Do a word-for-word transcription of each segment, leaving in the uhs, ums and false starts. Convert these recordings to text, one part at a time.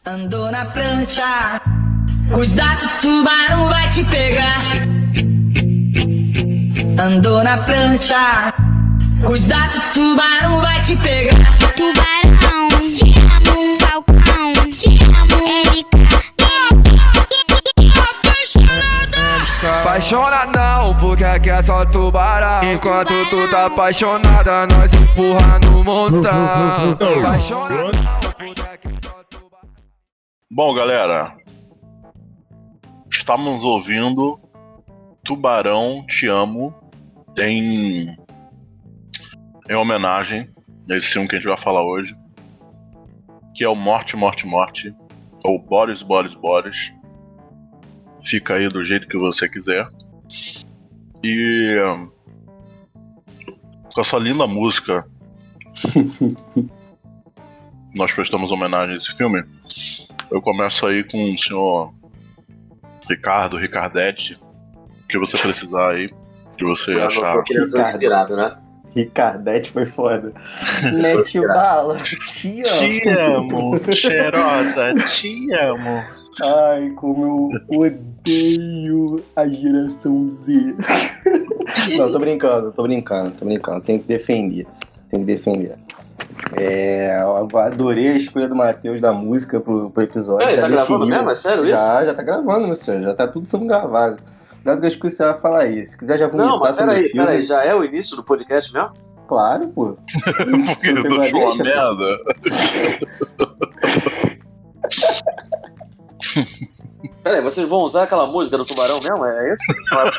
Andou na prancha, cuidado, tubarão vai te pegar. Andou na prancha, cuidado, tubarão vai te pegar. Tubarão, te amo, falcão, te amo, Erika. Apaixona não, porque aqui é só tubarão. Enquanto tu tá apaixonada, nós empurra no montão. Apaixona não, porque aqui é só tubarão. Bom, galera, estamos ouvindo Tubarão, Te Amo, em, em homenagem a esse filme que a gente vai falar hoje, que é o Morte, Morte, Morte, ou Boris, Boris, Boris. Fica aí do jeito que você quiser. E com essa linda música, nós prestamos homenagem a esse filme. Eu começo aí com o senhor Ricardo, Ricardetti. O que você precisar aí, que você Eu achar. não tô querendo inspirado, né? Ricardete foi foda. Mete bala, te amo. Te amo, cheirosa, te amo. Ai, como eu odeio a geração Z. Não, tô brincando, tô brincando, tô brincando. Tem que defender, tem que defender. É, eu adorei a escolha do Matheus da música pro, pro episódio. Peraí, já tá definiu. gravando mesmo? É sério isso? Já, já tá gravando, meu senhor. Já tá tudo sendo gravado. Nada que eu escuto você vai falar aí. Se quiser já vomitar Não, mas sobre peraí, o filme. peraí, já é o início do podcast mesmo? Claro, pô. Porque eu tô achando uma merda. Peraí, vocês vão usar aquela música do Tubarão mesmo? É isso?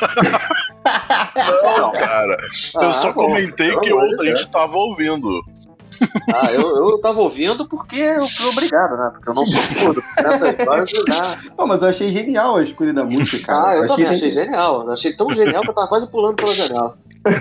Não, cara. Eu Ah, só bom. comentei Pelo que amor de outra gente tava ouvindo. Ah, eu, eu tava ouvindo porque eu fui obrigado, né? Porque eu não sou surdo. Nessa história, eu já... Pô, mas eu achei genial a escolha da música, cara. Ah, eu também que achei genial. Eu achei tão genial que eu tava quase pulando pela janela.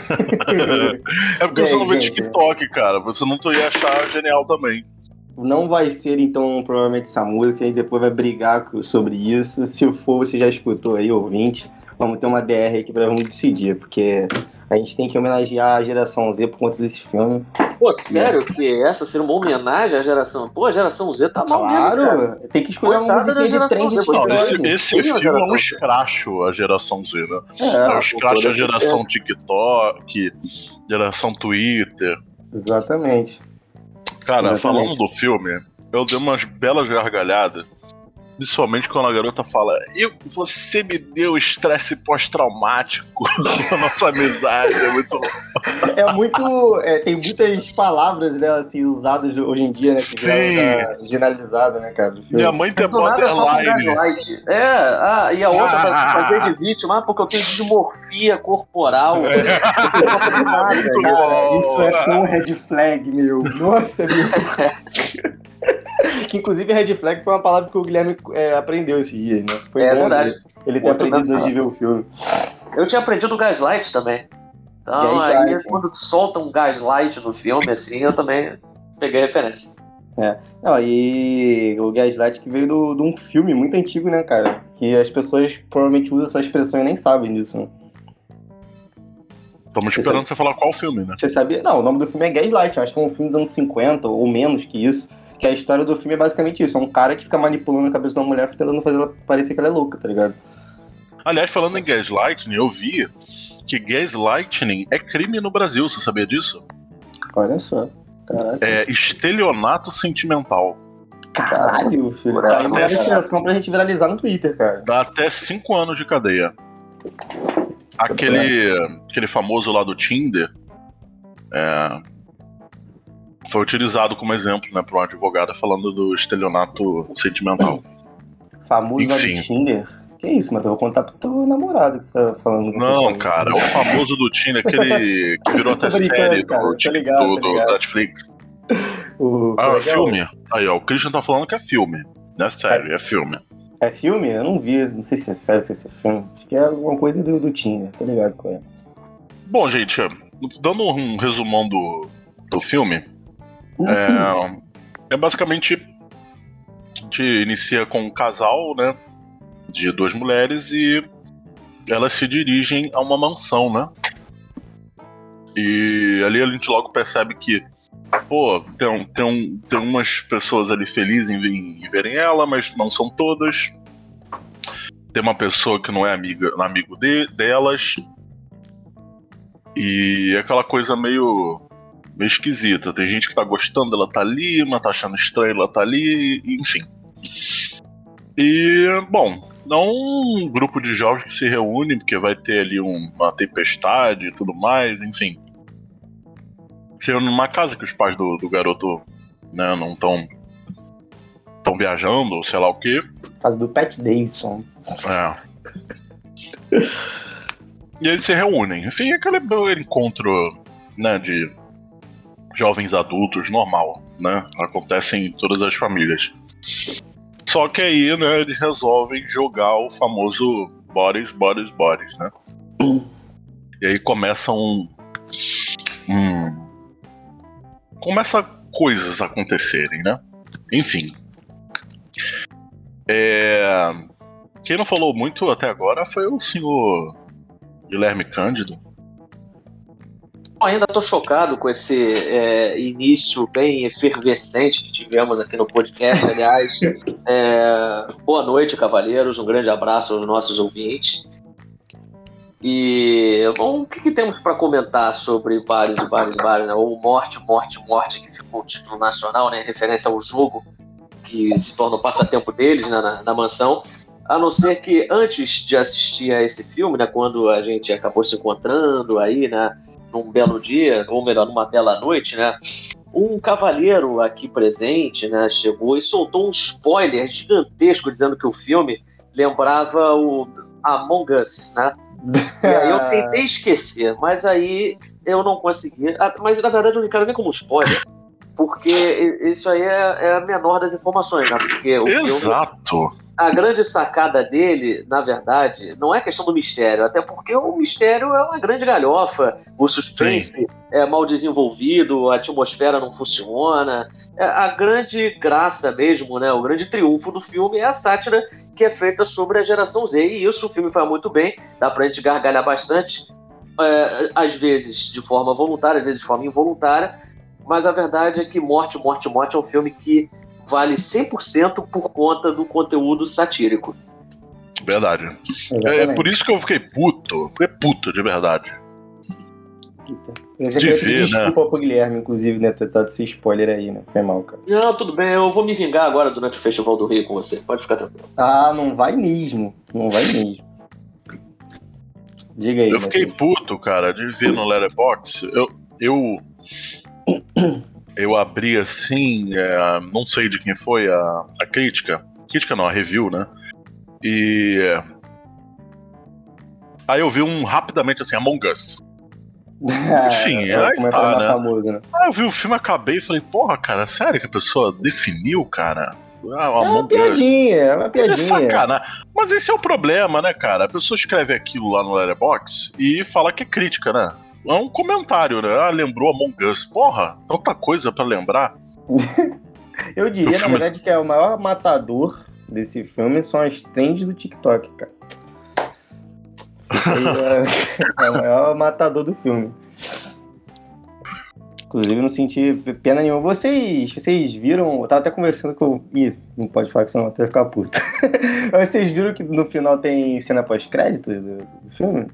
É porque E você aí, não vê gente? TikTok, cara. Você não ia achar genial também. Não vai ser, então, provavelmente essa música. A gente depois vai brigar sobre isso. Se for, você já escutou aí, ouvinte. Vamos ter uma D R aqui pra vamos decidir. Porque a gente tem que homenagear a geração Z por conta desse filme. Pô, sério que essa seria uma homenagem à geração... Pô, a geração Z tá mal mesmo, cara. Claro, tem que escolher uma Coitada da musiquinha de geração trem de Z, Não, Não, esse, TikTok. esse Sim, a filme é geração um Z. escracho a geração Z, né? É, É um escracho a toda geração TikTok, geração Twitter. exatamente. Cara, Exatamente. falando do filme, eu dei umas belas gargalhadas. Principalmente quando a garota fala: eu, você me deu estresse pós-traumático na nossa amizade. É muito bom. É muito. é, tem muitas palavras, né, assim, usadas hoje em dia, né? Que Sim. já tá generalizada, né, cara? do filme. Minha mãe tem Do nada é só com borderline. gaslight. É, ah, e a outra Ah. pra fazer de vítima, ah, porque eu tenho dismorfia corporal. É. Você não tá fazendo nada, Muito cara. bom. Isso é tão red flag, meu. Nossa, meu. Que inclusive red flag foi uma palavra que o Guilherme é, aprendeu esses dias, né? Foi É bom verdade. Ele, ele ter Muito aprendido bem antes de ver o filme. Eu tinha aprendido o gaslight também. Então, Gaslight, aí, quando solta um gaslight no filme, assim, eu também peguei referência. Não, e o Gaslight que veio do- de um filme muito antigo, né, cara? Que as pessoas provavelmente usam essa expressão e nem sabem disso, né? Estamos esperando você falar qual filme, né? Você sabia? Não, o nome do filme é Gaslight. Acho que é um filme dos anos cinquenta ou menos que isso. Que a história do filme é basicamente isso. É um cara que fica manipulando a cabeça de uma mulher tentando fazer ela parecer que ela é louca, tá ligado? Aliás, falando em gaslighting, eu vi que gaslighting é crime no Brasil, você sabia disso? Olha só. Caraca. É estelionato sentimental. Caralho, filho. Tá aí uma expressão pra gente viralizar no Twitter, cara. Dá até cinco anos de cadeia. Aquele, aquele famoso lá do Tinder é, foi utilizado como exemplo, né, por uma advogada falando do estelionato sentimental. Famoso lá do Enfim. Tinder. Que isso, mas eu vou contar pro teu namorado que você tá falando. com Não, pessoa. cara, é o famoso do Tinder, aquele que virou até Tô brincando, série cara, do, tô Tik- ligado, do, tô do ligado. Netflix. O, Ah, como é é que é? filme? Aí, ó, o Christian tá falando que é filme. Não é série, é filme. É filme? Eu não vi. Não sei se é sério, não sei se é filme. Acho que é alguma coisa do, do Tinder. Tô ligado com ele. Bom, gente, dando um resumão do, do filme, é, é basicamente a gente inicia com um casal, né, de duas mulheres e elas se dirigem a uma mansão, né? E ali a gente logo percebe que pô, tem, tem, um, tem umas pessoas ali felizes em, em verem ela, mas não são todas. Tem uma pessoa que não é amiga, amigo de, delas. E é aquela coisa meio, meio esquisita. Tem gente que tá gostando, ela tá ali, mas tá achando estranho, ela tá ali, enfim. E, bom, é um grupo de jovens que se reúne, porque vai ter ali um, uma tempestade e tudo mais, enfim. Se reúne numa casa que os pais do, do garoto, né, não estão estão viajando, ou sei lá o quê. Casa do Pat Davidson. É. E eles se reúnem. Enfim, aquele encontro, né, de jovens adultos normal, né? Acontece em todas as famílias. Só que aí, né, eles resolvem jogar o famoso bodies, bodies, bodies, né? E aí começam um, um, começa coisas a acontecerem, né? Enfim. É... Quem não falou muito até agora foi o senhor Guilherme Cândido. Eu ainda tô chocado com esse é, início bem efervescente que tivemos aqui no podcast. Aliás, é, boa noite, cavalheiros. Um grande abraço aos nossos ouvintes. E bom, o que, que temos para comentar sobre Bares e Bares e Bares, né? Ou Morte, Morte, Morte, que ficou o título nacional, né? Em referência ao jogo que se torna o passatempo deles, né, na, na mansão. A não ser que antes de assistir a esse filme, né, quando a gente acabou se encontrando aí, né, num belo dia, ou melhor, numa bela noite, né, um cavalheiro aqui presente, né, chegou e soltou um spoiler gigantesco dizendo que o filme lembrava o Among Us, né? E aí eu tentei esquecer, mas aí eu não consegui. Mas na verdade eu não quero nem como spoiler, porque isso aí é, é a menor das informações, né? Porque o Exato. Filme, a grande sacada dele, na verdade, não é questão do mistério, até porque o mistério é uma grande galhofa, o suspense Sim. é mal desenvolvido, a atmosfera não funciona. É a grande graça mesmo, né? O grande triunfo do filme é a sátira que é feita sobre a geração Z, e isso o filme faz muito bem, dá pra gente gargalhar bastante, é, às vezes de forma voluntária, às vezes de forma involuntária, mas a verdade é que Morte, Morte, Morte é um filme que vale cem por cento por conta do conteúdo satírico. Verdade. É, é por isso que eu fiquei puto. Fiquei puto, de verdade. Eu já de queria ver, pedir desculpa né? pro Guilherme, inclusive, né? Ter dado esse spoiler aí, né? Foi mal, cara. Não, tudo bem. Eu vou me vingar agora durante o Festival do Rio com você. Pode ficar tranquilo. Ah, não vai mesmo. Não vai mesmo. Diga aí. Eu fiquei puto, cara, de ver no Letterboxd. Eu... eu... Eu abri assim, é, não sei de quem foi a, a crítica. Crítica não, a review, né? E. Aí eu vi um rapidamente assim, Among Us. Enfim, é, aí tá, né? Famoso, né? Aí eu vi o filme, acabei e falei, porra, cara, sério que a pessoa definiu, cara? Ah, é uma piadinha, é uma piadinha. É sacanagem. Mas esse é o problema, né, cara? A pessoa escreve aquilo lá no Letterboxd e fala que é crítica, né? É um comentário, né? Ah, lembrou Among Us. Porra, tanta coisa pra lembrar. Eu diria, filme... na verdade, que é o maior matador desse filme são as trends do TikTok, cara. é, é o maior matador do filme. Inclusive, não senti pena nenhuma. Vocês, vocês viram... Eu tava até conversando com... Ih, não pode falar que senão eu vou ficar puto. Vocês viram que no final tem cena pós-crédito do, do filme?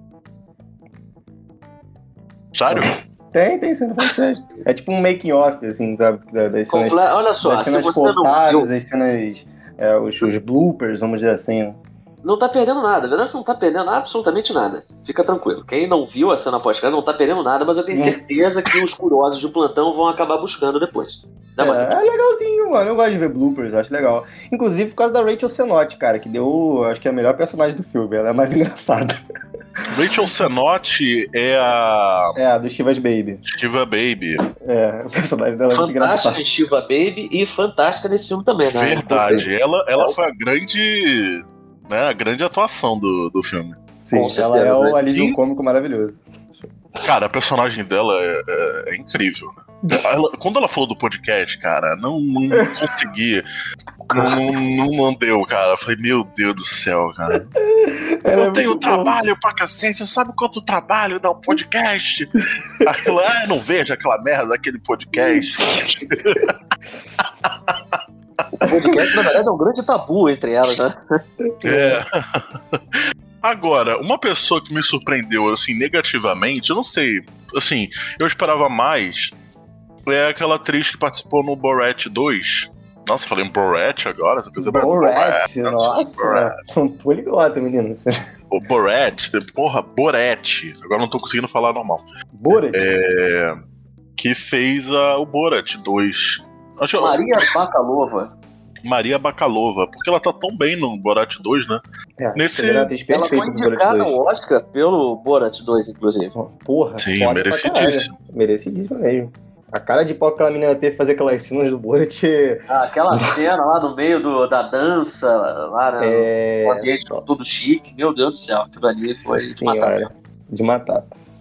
Sério? Tem, tem cena pós-crédito. É tipo um making-off, assim, sabe? Das cenas, Comple... Olha só, das cenas se você cortadas, não viu... as cenas... É, os, os bloopers, vamos dizer assim, né? Não tá perdendo nada, na verdade você não tá perdendo absolutamente nada. Fica tranquilo. Quem não viu a cena pós-crédito não tá perdendo nada, mas eu tenho certeza que os curiosos de plantão vão acabar buscando depois. É, é legalzinho, mano. Eu gosto de ver bloopers, eu acho legal. Inclusive por causa da Rachel Sennott, cara, que deu, acho que é a melhor personagem do filme. Ela é a mais engraçada. Rachel Sennott é a... É, a do Shiva's Baby. Shiva Baby. É, o personagem dela é muito engraçado. Fantástica em Shiva Baby e fantástica nesse filme também, né? Verdade. Ela, ela foi a grande... Né, a grande atuação do, do filme. Sim, ela certeza, é um alívio cômico maravilhoso. Cara, a personagem dela é, é, é incrível, né? Ela, quando ela falou do podcast, cara, não, não consegui. Não, não, não deu, cara. Eu falei, meu Deus do céu, cara. Era Eu tenho muito bom. trabalho pra cacete, você sabe quanto trabalho dá um podcast? Aí lá, eu não vejo aquela merda daquele podcast. O podcast, na verdade, é um grande tabu entre elas, né? É. Agora, uma pessoa que me surpreendeu, assim, negativamente, eu não sei, assim, eu esperava mais, é aquela atriz que participou no Borat dois. Nossa, falei em Borat agora? Você precisa Borat, nossa. Borat. Um poliglota, menino. O Borat, porra, Borat, agora não tô conseguindo falar normal. Borat? É, que fez a, o Borat dois. Acho, Maria Bakalova. Maria Bakalova, porque ela tá tão bem no Borat dois, né? É, Nesse- ela atriz Ela foi perfeita no Borat indicada dois. ao Oscar pelo Borat dois, inclusive. Porra, Sim, foda pra merecidíssimo. caralho. Merecidíssimo mesmo. A cara de pau que aquela menina teve que fazer aquelas cenas do Borat Ah, aquela cena lá no meio do, da dança, lá no é. ambiente tudo chique, meu Deus do céu, aquilo ali foi de matar. Senhora, de matar.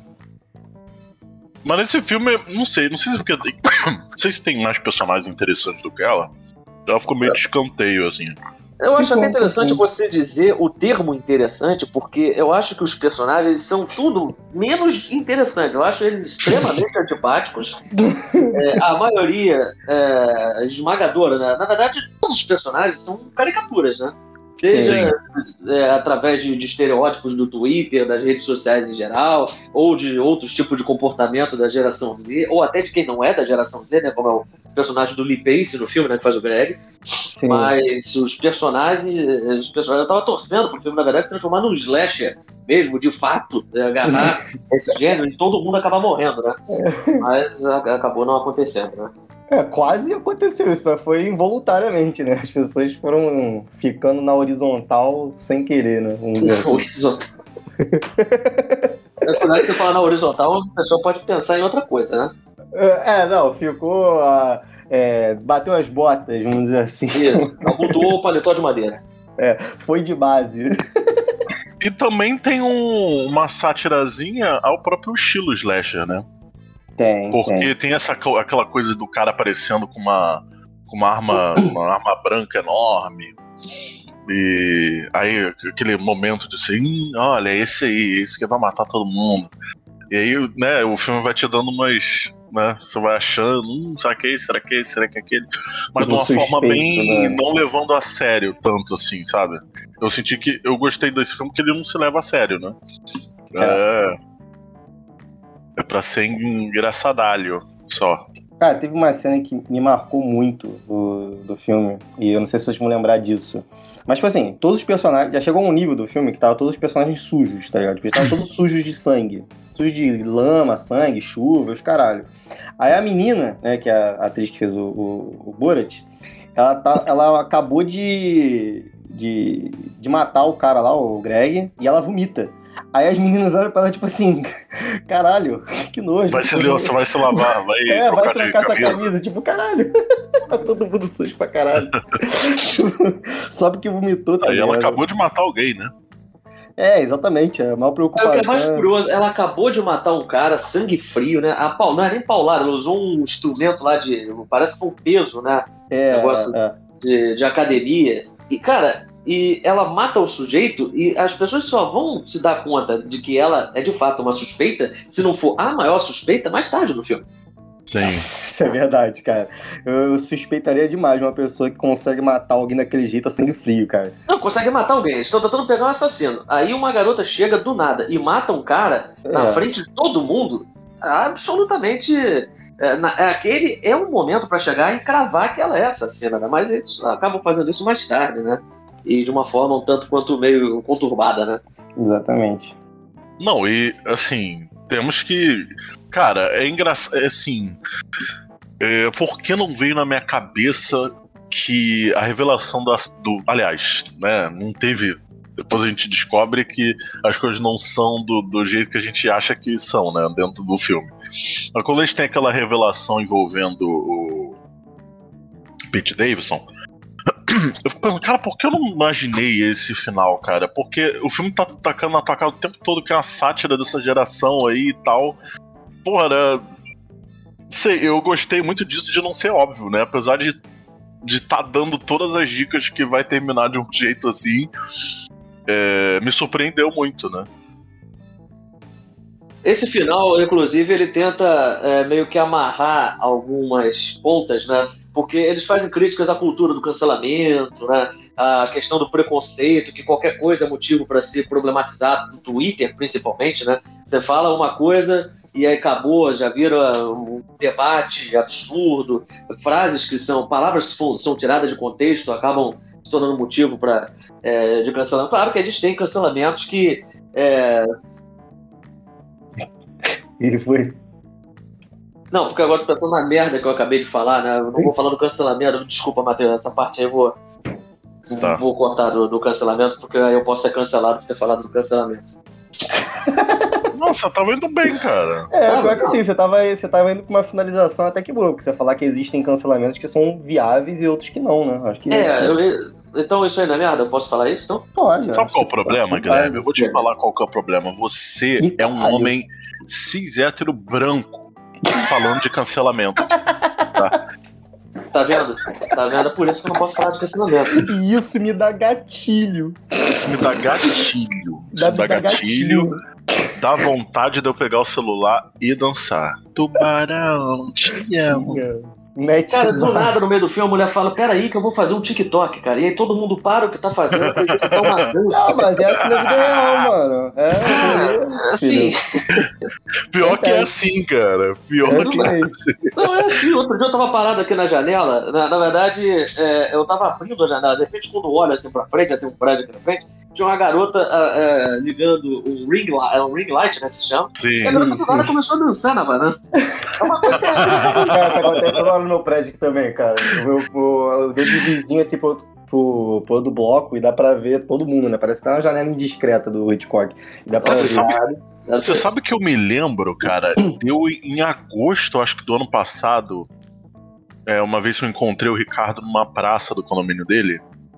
Mas nesse filme, não sei, não sei se porque tem, não sei se tem mais personagens interessantes do que ela. Ela ficou meio de escanteio, assim. Eu acho Que até bom, interessante que bom. você dizer o termo interessante, porque eu acho que os personagens são tudo menos interessantes. Eu acho eles extremamente antipáticos. É, a maioria é, esmagadora, né? Na verdade, todos os personagens são caricaturas, né? Seja é, através de, de estereótipos do Twitter, das redes sociais em geral, ou de outros tipos de comportamento da geração Z, ou até de quem não é da geração Z, né? Como é o personagem do Lee Pace no filme, né? Que faz o Greg. Sim. Mas os personagens, os personagens, eu tava torcendo pro filme, na verdade, se transformar num slasher mesmo, de fato, é, agarrar esse gênero e todo mundo acabar morrendo, né? Mas a- acabou não acontecendo, né? É, quase aconteceu isso, mas foi involuntariamente, né? As pessoas foram ficando na horizontal sem querer, né? Vamos dizer assim. Horizontal. É, quando você fala na horizontal, a pessoa pode pensar em outra coisa, né? É, é, não, ficou. ah, é, bateu as botas, vamos dizer assim. Isso. Mudou o paletó de madeira. Foi de base. E também tem um- uma sátirazinha ao próprio estilo slasher, né? Tem, Porque tem. tem, essa, co- aquela coisa do cara aparecendo com uma, com uma arma, uma arma branca enorme. E aí aquele momento de assim, "Hum, olha, é esse aí, esse que vai matar todo mundo. E aí, né, o filme vai te dando umas, né, você vai achando, hum, será que é esse, será que é esse, será que é aquele? Mas de Um uma forma suspeito, bem, né? não levando a sério tanto assim, sabe? Eu senti que, eu gostei desse filme porque ele não se leva a sério, né? É, é pra ser engraçadalho só. Cara, teve uma cena que me marcou muito do, do filme, e eu não sei se vocês vão lembrar disso. Mas, tipo assim, todos os personagens. Já chegou a um nível do filme que tava todos os personagens sujos, tá ligado? Tipo, eles estavam todos sujos de sangue. Sujos de lama, sangue, chuva, os caralho. Aí a menina, né, que é a atriz que fez o, o, o Borat, ela, tá, ela acabou de, de, de matar o cara lá, o Greg, e ela vomita. Aí as meninas olham pra ela, tipo assim, caralho, que nojo. Vai se, você vai se lavar, vai É, vai trocar, trocar de essa camisa. camisa, tipo, caralho. Tá todo mundo sujo pra caralho. Só porque vomitou, tá Aí ela ligado? acabou de matar alguém, né? É, exatamente, é a maior É o preocupação. que é mais curioso, ela acabou de matar um cara, sangue frio, né? A pau, não é nem paulada, ela usou um instrumento lá de. Parece com peso, né? É, negócio- é, De, de academia. E, cara, e ela mata o sujeito e as pessoas só vão se dar conta de que ela é de fato uma suspeita, se não for a maior suspeita, mais tarde no filme. Sim. Isso é verdade, cara. Eu suspeitaria demais de uma pessoa que consegue matar alguém daquele jeito a sangue frio, cara. Não, consegue matar alguém. Eles estão tentando pegar um assassino. Aí uma garota chega do nada e mata um cara na É. frente de todo mundo. Absolutamente. É, na- é, aquele é um momento pra chegar e cravar que ela é assassina, né? Mas eles acabam fazendo isso mais tarde, né? E de uma forma um tanto quanto meio conturbada, né? Exatamente. Não, e assim, temos que. Cara, é engraçado. É assim. É, por que não veio na minha cabeça que a revelação das, do. Aliás, né? Não teve. Depois a gente descobre que as coisas não são do, do jeito que a gente acha que são, né? Dentro do filme. Mas quando a gente tem aquela revelação envolvendo o Pete Davidson, eu fico pensando, cara, por que eu não imaginei esse final, cara? Porque o filme tá tacando na tua cara o tempo todo que é uma sátira dessa geração aí e tal. Porra, né? Sei, eu gostei muito disso de não ser óbvio, né? Apesar de de tá dando todas as dicas que vai terminar de um jeito assim, é, me surpreendeu muito, né? Esse final, inclusive, ele tenta é, meio que amarrar algumas pontas, né? Porque eles fazem críticas à cultura do cancelamento, né? A questão do preconceito, que qualquer coisa é motivo para ser problematizado no Twitter, principalmente, né? Você fala uma coisa e aí acabou, já vira um debate absurdo, frases que são, palavras que são tiradas de contexto, acabam se tornando motivo para é, de cancelamento. Claro que a gente tem cancelamentos que é, E foi. Não, porque agora tô pensando na merda que eu acabei de falar, né? Eu não vou falar do cancelamento. Desculpa, Matheus, essa parte aí eu vou, Tá. vou cortar do, do cancelamento, porque aí eu posso ser cancelado por ter falado do cancelamento. Nossa, tava indo bem, cara. É, Ah, pior que não. sim, você tava, você tava indo com uma finalização até que boa, porque você ia falar que existem cancelamentos que são viáveis e outros que não, né? Acho que. É, eu, então isso aí não é merda? Eu posso falar isso? Então? Pode. Sabe acho qual é o que problema, pode. Guilherme? Eu vou te falar qual que é o problema. Você Ih, é um caralho. homem cis hétero branco falando de cancelamento. Tá vendo? Tá vendo? É por isso que eu não posso falar de cancelamento. E isso me dá gatilho. Isso me dá gatilho. Isso Dá, me dá dá gatilho. Dá vontade de eu pegar o celular e dançar. Tubarão, te amo. Mete Cara, do lá. nada no meio do filme a mulher fala: peraí, que eu vou fazer um TikTok, cara. E aí todo mundo para o que tá fazendo e isso é uma dança. Não, mas é assim na vida real, mano. É, é Assim, Pior que é assim, cara. Pior É que assim. é assim. não, é assim. Outro dia eu tava parado aqui na janela. Na, na verdade, é, eu tava abrindo a janela. De repente, quando olho assim pra frente, já tem um prédio aqui na frente, tinha uma garota ah, ah, ligando um ring, light, é um ring light, né, que se chama. E a Sim. garota do nada começou a dançar na varanda. É uma coisa que Cara, isso acontece lá no meu prédio aqui também, cara. O meu, o, eu dei de vizinho assim pro, pro, pro outro bloco e dá pra ver todo mundo, né? Parece que tá uma janela indiscreta do Hitchcock. E dá pra Você ver. sabe, você sabe que eu me lembro, cara, deu em agosto, acho que do ano passado, é, uma vez eu encontrei o Ricardo numa praça do condomínio dele,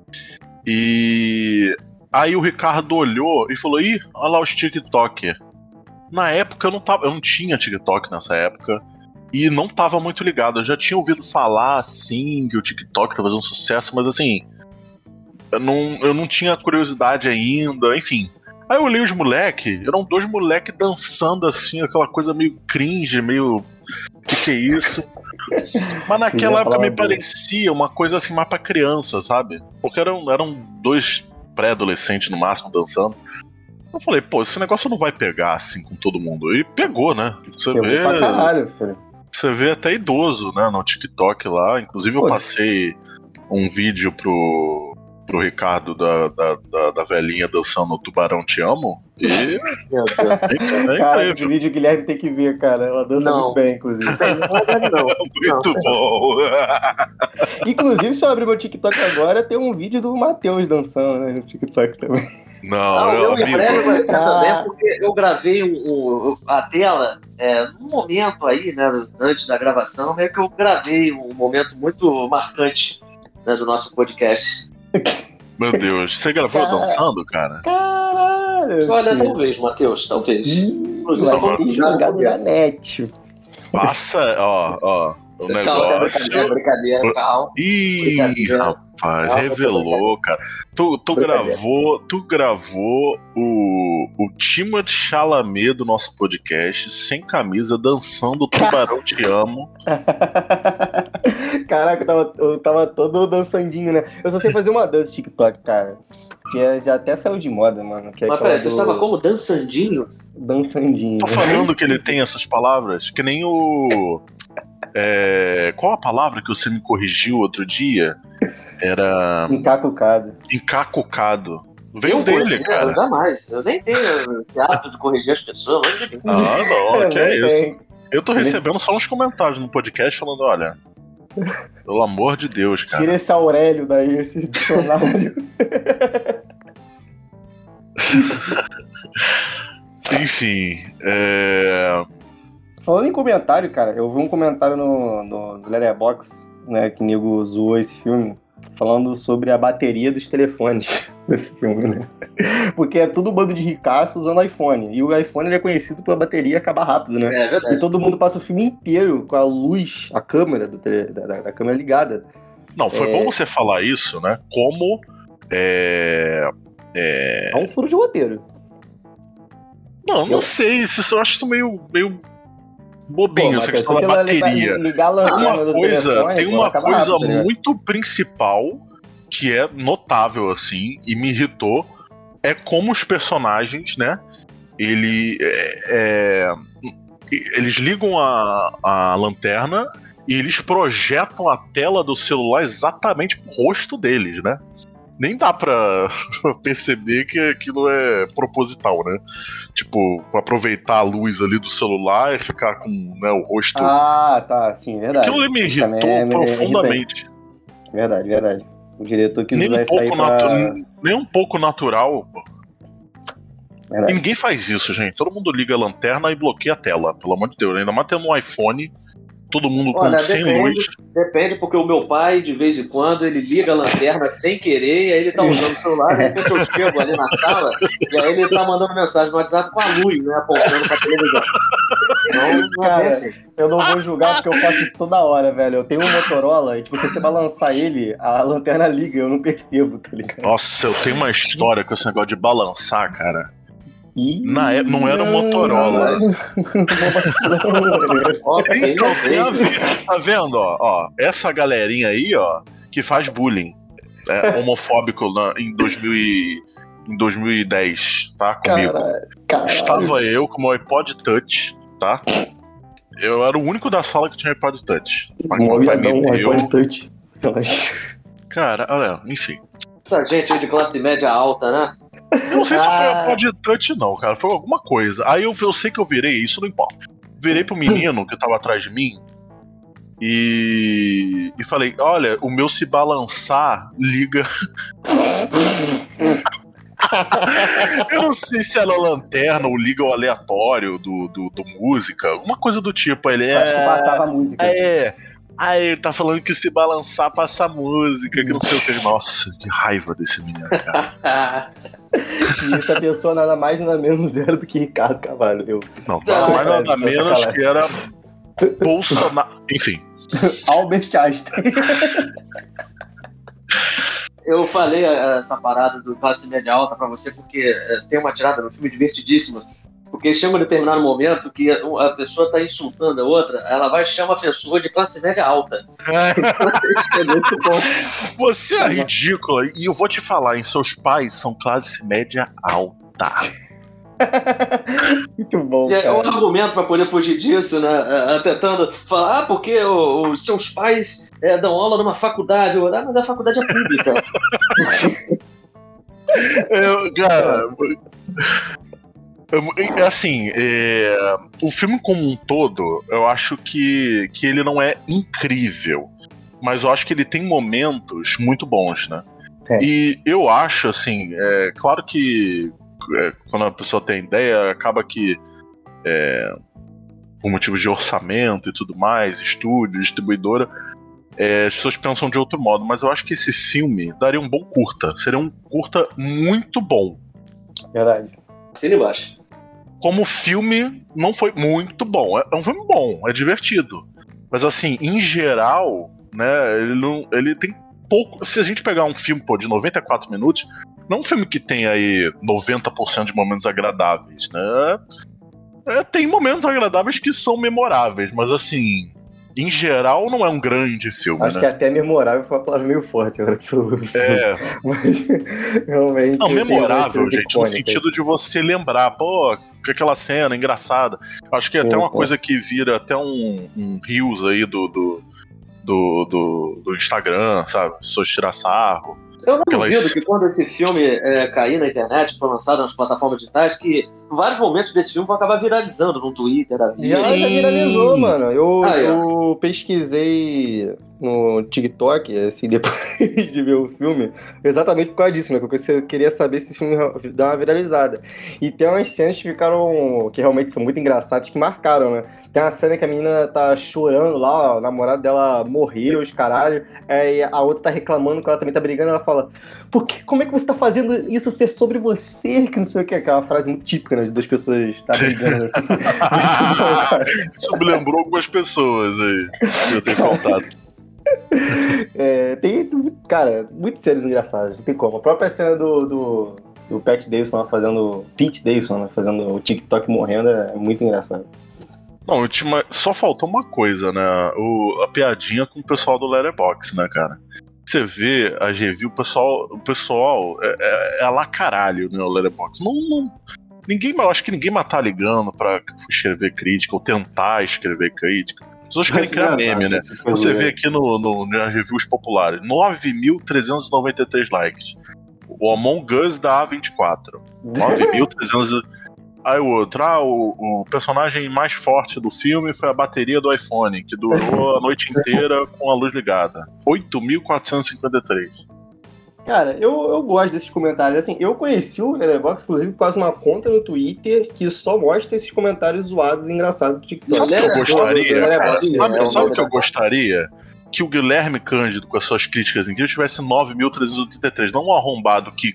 e aí o Ricardo olhou e falou: ih, olha lá os TikTok. Na época eu não, tava, eu não tinha TikTok nessa época, e não tava muito ligado. Eu já tinha ouvido falar, assim, que o TikTok tava fazendo sucesso, mas assim, eu não, eu não tinha curiosidade ainda, enfim. Aí eu olhei os moleque, eram dois moleque dançando assim, aquela coisa meio cringe, meio... que que é isso? Mas naquela época me parecia uma coisa assim mais pra criança, sabe? Porque eram, eram dois pré-adolescentes no máximo dançando. Eu falei, pô, esse negócio não vai pegar assim com todo mundo. E pegou, né? Você Pegou vê, pra caralho, filho. você vê até idoso, né, no TikTok lá. Inclusive eu Pô. passei um vídeo pro... pro Ricardo da, da, da, da velhinha dançando o Tubarão Te Amo. E Meu Deus. é Cara, esse incrível. vídeo o Guilherme tem que ver, cara. Ela dança Não. muito bem, inclusive. Não, Muito bom. Inclusive, se eu abrir meu TikTok agora, tem um vídeo do Matheus dançando, né, no TikTok também. Não, Não, eu, eu me amigo, prego vai ter Ah. também, porque eu gravei um, um- a tela é, num momento aí, né, antes da gravação, meio que eu gravei um momento muito marcante, né, do nosso podcast. meu Deus. Você gravou Cara. dançando, cara? Caralho! Olha, filho. talvez, Matheus, talvez. Ih, Inclusive, vai só ser vou- jogado na net. Passa, ó, ó, o Calma, negócio. brincadeira, brincadeira, calma. Ih, Brincadeira. rapaz, Calma, revelou, cara. Tu, tu Brincadeira. gravou, tu gravou o, o Timothée Chalamet do nosso podcast sem camisa, dançando Tubarão Te Amo. Caraca, eu tava, eu tava todo dançandinho, né? Eu só sei fazer uma dança de TikTok, cara. Que é- já até saiu de moda, mano. Que é Mas aquela peraí, você do estava como dançandinho? dançandinho. Tô falando que ele tem essas palavras, que nem o... é, qual a palavra que você me corrigiu outro dia? Era Encacucado. encacucado. Veio Eu dele, corrigi, cara. Eu jamais. Eu nem tenho esse hábito de corrigir as pessoas. Longe de mim. Ah, não, que é nem isso. tem. Eu tô recebendo só uns comentários no podcast falando, olha, pelo amor de Deus, cara. Tira esse Aurélio daí, esse dicionário. Enfim, é... Falando em comentário, cara, eu vi um comentário no, no, no Letterboxd, né, que o nego zoou esse filme, falando sobre a bateria dos telefones desse filme, né? Porque é tudo bando de ricaço usando iPhone. E o iPhone ele é conhecido pela bateria acabar rápido, né? É E verdade. todo mundo passa o filme inteiro com a luz, a câmera do tele, da, da- da câmera ligada. Não, foi É. bom você falar isso, né? Como. É. É... É um furo de roteiro. Não, não Eu- sei. Isso, eu acho isso meio, meio bobinho, Pô, essa Matheus, questão se da você ligar- bateria. ligar a Tem lanterna uma do coisa, telefone, tem pô, uma acaba coisa rápido, tá ligado? muito principal que é notável, assim, e me irritou. É como os personagens, né? Ele. É, é, eles ligam a, a lanterna e eles projetam a tela do celular exatamente pro rosto deles, né? Nem dá pra perceber que aquilo é proposital, né? Tipo, pra aproveitar a luz ali do celular e ficar com, né, o rosto. Ah, tá, sim, verdade. Aquilo ali me Isso também irritou é- é profundamente. irritante. Verdade, verdade. O diretor quis Nem usar um, isso aí pouco pra... natu- nem um pouco natural. Pô. E Verdade. ninguém faz isso, gente. Todo mundo liga a lanterna e bloqueia a tela, pelo amor de Deus. Ainda mais tendo um iPhone, todo mundo com Olha, sem depende. luz. Depende, porque o meu pai, de vez em quando, ele liga a lanterna sem querer, e aí ele tá usando o celular, de repente eu chego ali na sala, e aí ele tá mandando mensagem no WhatsApp com a luz, né, apontando pra televisão. Então, não é Cara, bem assim. eu não vou julgar porque eu faço isso toda hora, velho. Eu tenho um Motorola e, tipo, se você balançar ele, a lanterna liga, eu não percebo, tá ligado? Nossa, eu tenho uma história com esse negócio de balançar, cara. Ih, Na época, não era o Motorola. Ó, pra quem Então, não tem a fez, ver. Tá vendo, ó, ó? Essa galerinha aí, ó, que faz bullying é, homofóbico na- em, dois mil e, em dois mil e dez, tá? Comigo. Caralho, caralho. Estava eu com meu iPod Touch, tá? Eu era o único da sala que tinha iPod Touch. Mas Um meu pai me olhadão, um deu. iPod Touch. Cara, olha, enfim. essa gente aí de classe média alta, né? Eu não sei se foi Ah. iPod Touch, não, cara. Foi alguma coisa. Aí eu, eu sei que eu virei, isso não importa. Virei pro menino que tava atrás de mim e, e falei: olha, o meu se balançar liga. Eu não sei se era lanterna ou liga o aleatório do, do, do música, alguma coisa do tipo. Ele é. Acho que passava a música. É. Aí ele tá falando que se balançar passa música, que não sei o que. Nossa, que raiva desse menino, cara. E essa pessoa nada mais nada menos era do que Ricardo Carvalho. Eu. Não, nada mais nada Cara, menos sacanagem. que era Bolsonaro. Enfim. Albert Einstein. Eu falei eh, essa parada do classe média alta pra você porque eh, tem uma tirada no filme divertidíssima. Porque chega um determinado momento que a pessoa tá insultando a outra, ela vai e chama a pessoa de classe média alta. Chega nesse ponto. Você é ridícula e eu vou te falar, hein, seus pais são classe média alta. Muito bom, E é um cara. argumento pra poder fugir disso, né? eh, Tentando falar, ah, porque o- os seus pais eh, dão aula numa faculdade. Eu, ah, mas a faculdade é pública. Eu, cara, é assim, é, o filme como um todo, eu acho que, que ele não é incrível, mas eu acho que ele tem momentos muito bons, né? É. E eu acho, assim, é, claro que é, quando a pessoa tem ideia, acaba que é, por motivos de orçamento e tudo mais, estúdio, distribuidora, é, as pessoas pensam de outro modo, mas eu acho que esse filme daria um bom curta, seria um curta muito bom. Verdade. Assina embaixo. Como filme, não foi muito bom. É é um filme bom, é divertido. Mas assim, em geral, né, ele, não, ele tem pouco. Se a gente pegar um filme pô, de noventa e quatro minutos, não é um filme que tem aí noventa por cento de momentos agradáveis, né? É, tem momentos agradáveis que são memoráveis, mas assim, em geral, não é um grande filme, Acho né? que até memorável foi uma palavra meio forte agora que você usou. É, Mas realmente. não, tem memorável, umas coisas gente, no icônicas. sentido de você lembrar, pô, que aquela cena engraçada. Acho que é Sim, até uma sim. coisa que vira até um, um reels aí do, do, do, do, do Instagram, sabe? Pessoas tirar sarro. Eu não Aquelas- duvido que quando esse filme é, cair na internet, for lançado nas plataformas digitais, que vários momentos desse filme vão acabar viralizando no Twitter. Da vida. Já, já Sim. viralizou, mano. Eu, Ah, é. eu pesquisei no TikTok, assim, depois de ver o filme, exatamente por causa disso, né? Porque eu queria saber se esse filme dá uma viralizada. E tem umas cenas que ficaram, que realmente são muito engraçadas, que marcaram, né? Tem uma cena que a menina tá chorando lá, ó, o namorado dela morreu, os caralho, aí a outra tá reclamando que ela também tá brigando, ela fala, por que, como é que você tá fazendo isso ser sobre você? Que não sei o que, que é uma frase muito típica, né? De duas pessoas tá brigando, assim. Muito bom, cara. Isso me lembrou algumas pessoas aí que eu tenho contado. É, tem, cara, muitas cenas engraçadas, não tem como. A própria cena do, do, do Pat Davidson lá fazendo. Pete Davidson, né? Fazendo o TikTok morrendo é muito engraçado. Não, ultima, só faltou uma coisa, né? O, a piadinha com o pessoal do Letterboxd, né, cara? Você vê as reviews, o pessoal, o pessoal é, é, é lá caralho, né, o Letterboxd. Não, não, ninguém, eu acho que ninguém mais tá ligando pra escrever crítica ou tentar escrever crítica. As pessoas querem criar meme, né? Você vê aqui no, no, nas reviews populares, nove mil trezentos e noventa e três likes. O Among Us dá vinte e quatro. nove mil trezentos. Aí o outro, ah, o, o personagem mais forte do filme foi a bateria do iPhone, que durou a noite inteira com a luz ligada. oito mil quatrocentos e cinquenta e três. Cara, eu, eu gosto desses comentários. Assim, eu conheci o Letterboxd, inclusive, por causa de uma conta no Twitter que só mostra esses comentários zoados e engraçados do TikTok. Sabe o que eu gostaria, Letterboxd, cara? Sabe, é, sabe o que eu gostaria? Que o Guilherme Cândido, com as suas críticas incríveis, tivesse nove mil trezentos e oitenta e três. Não um arrombado que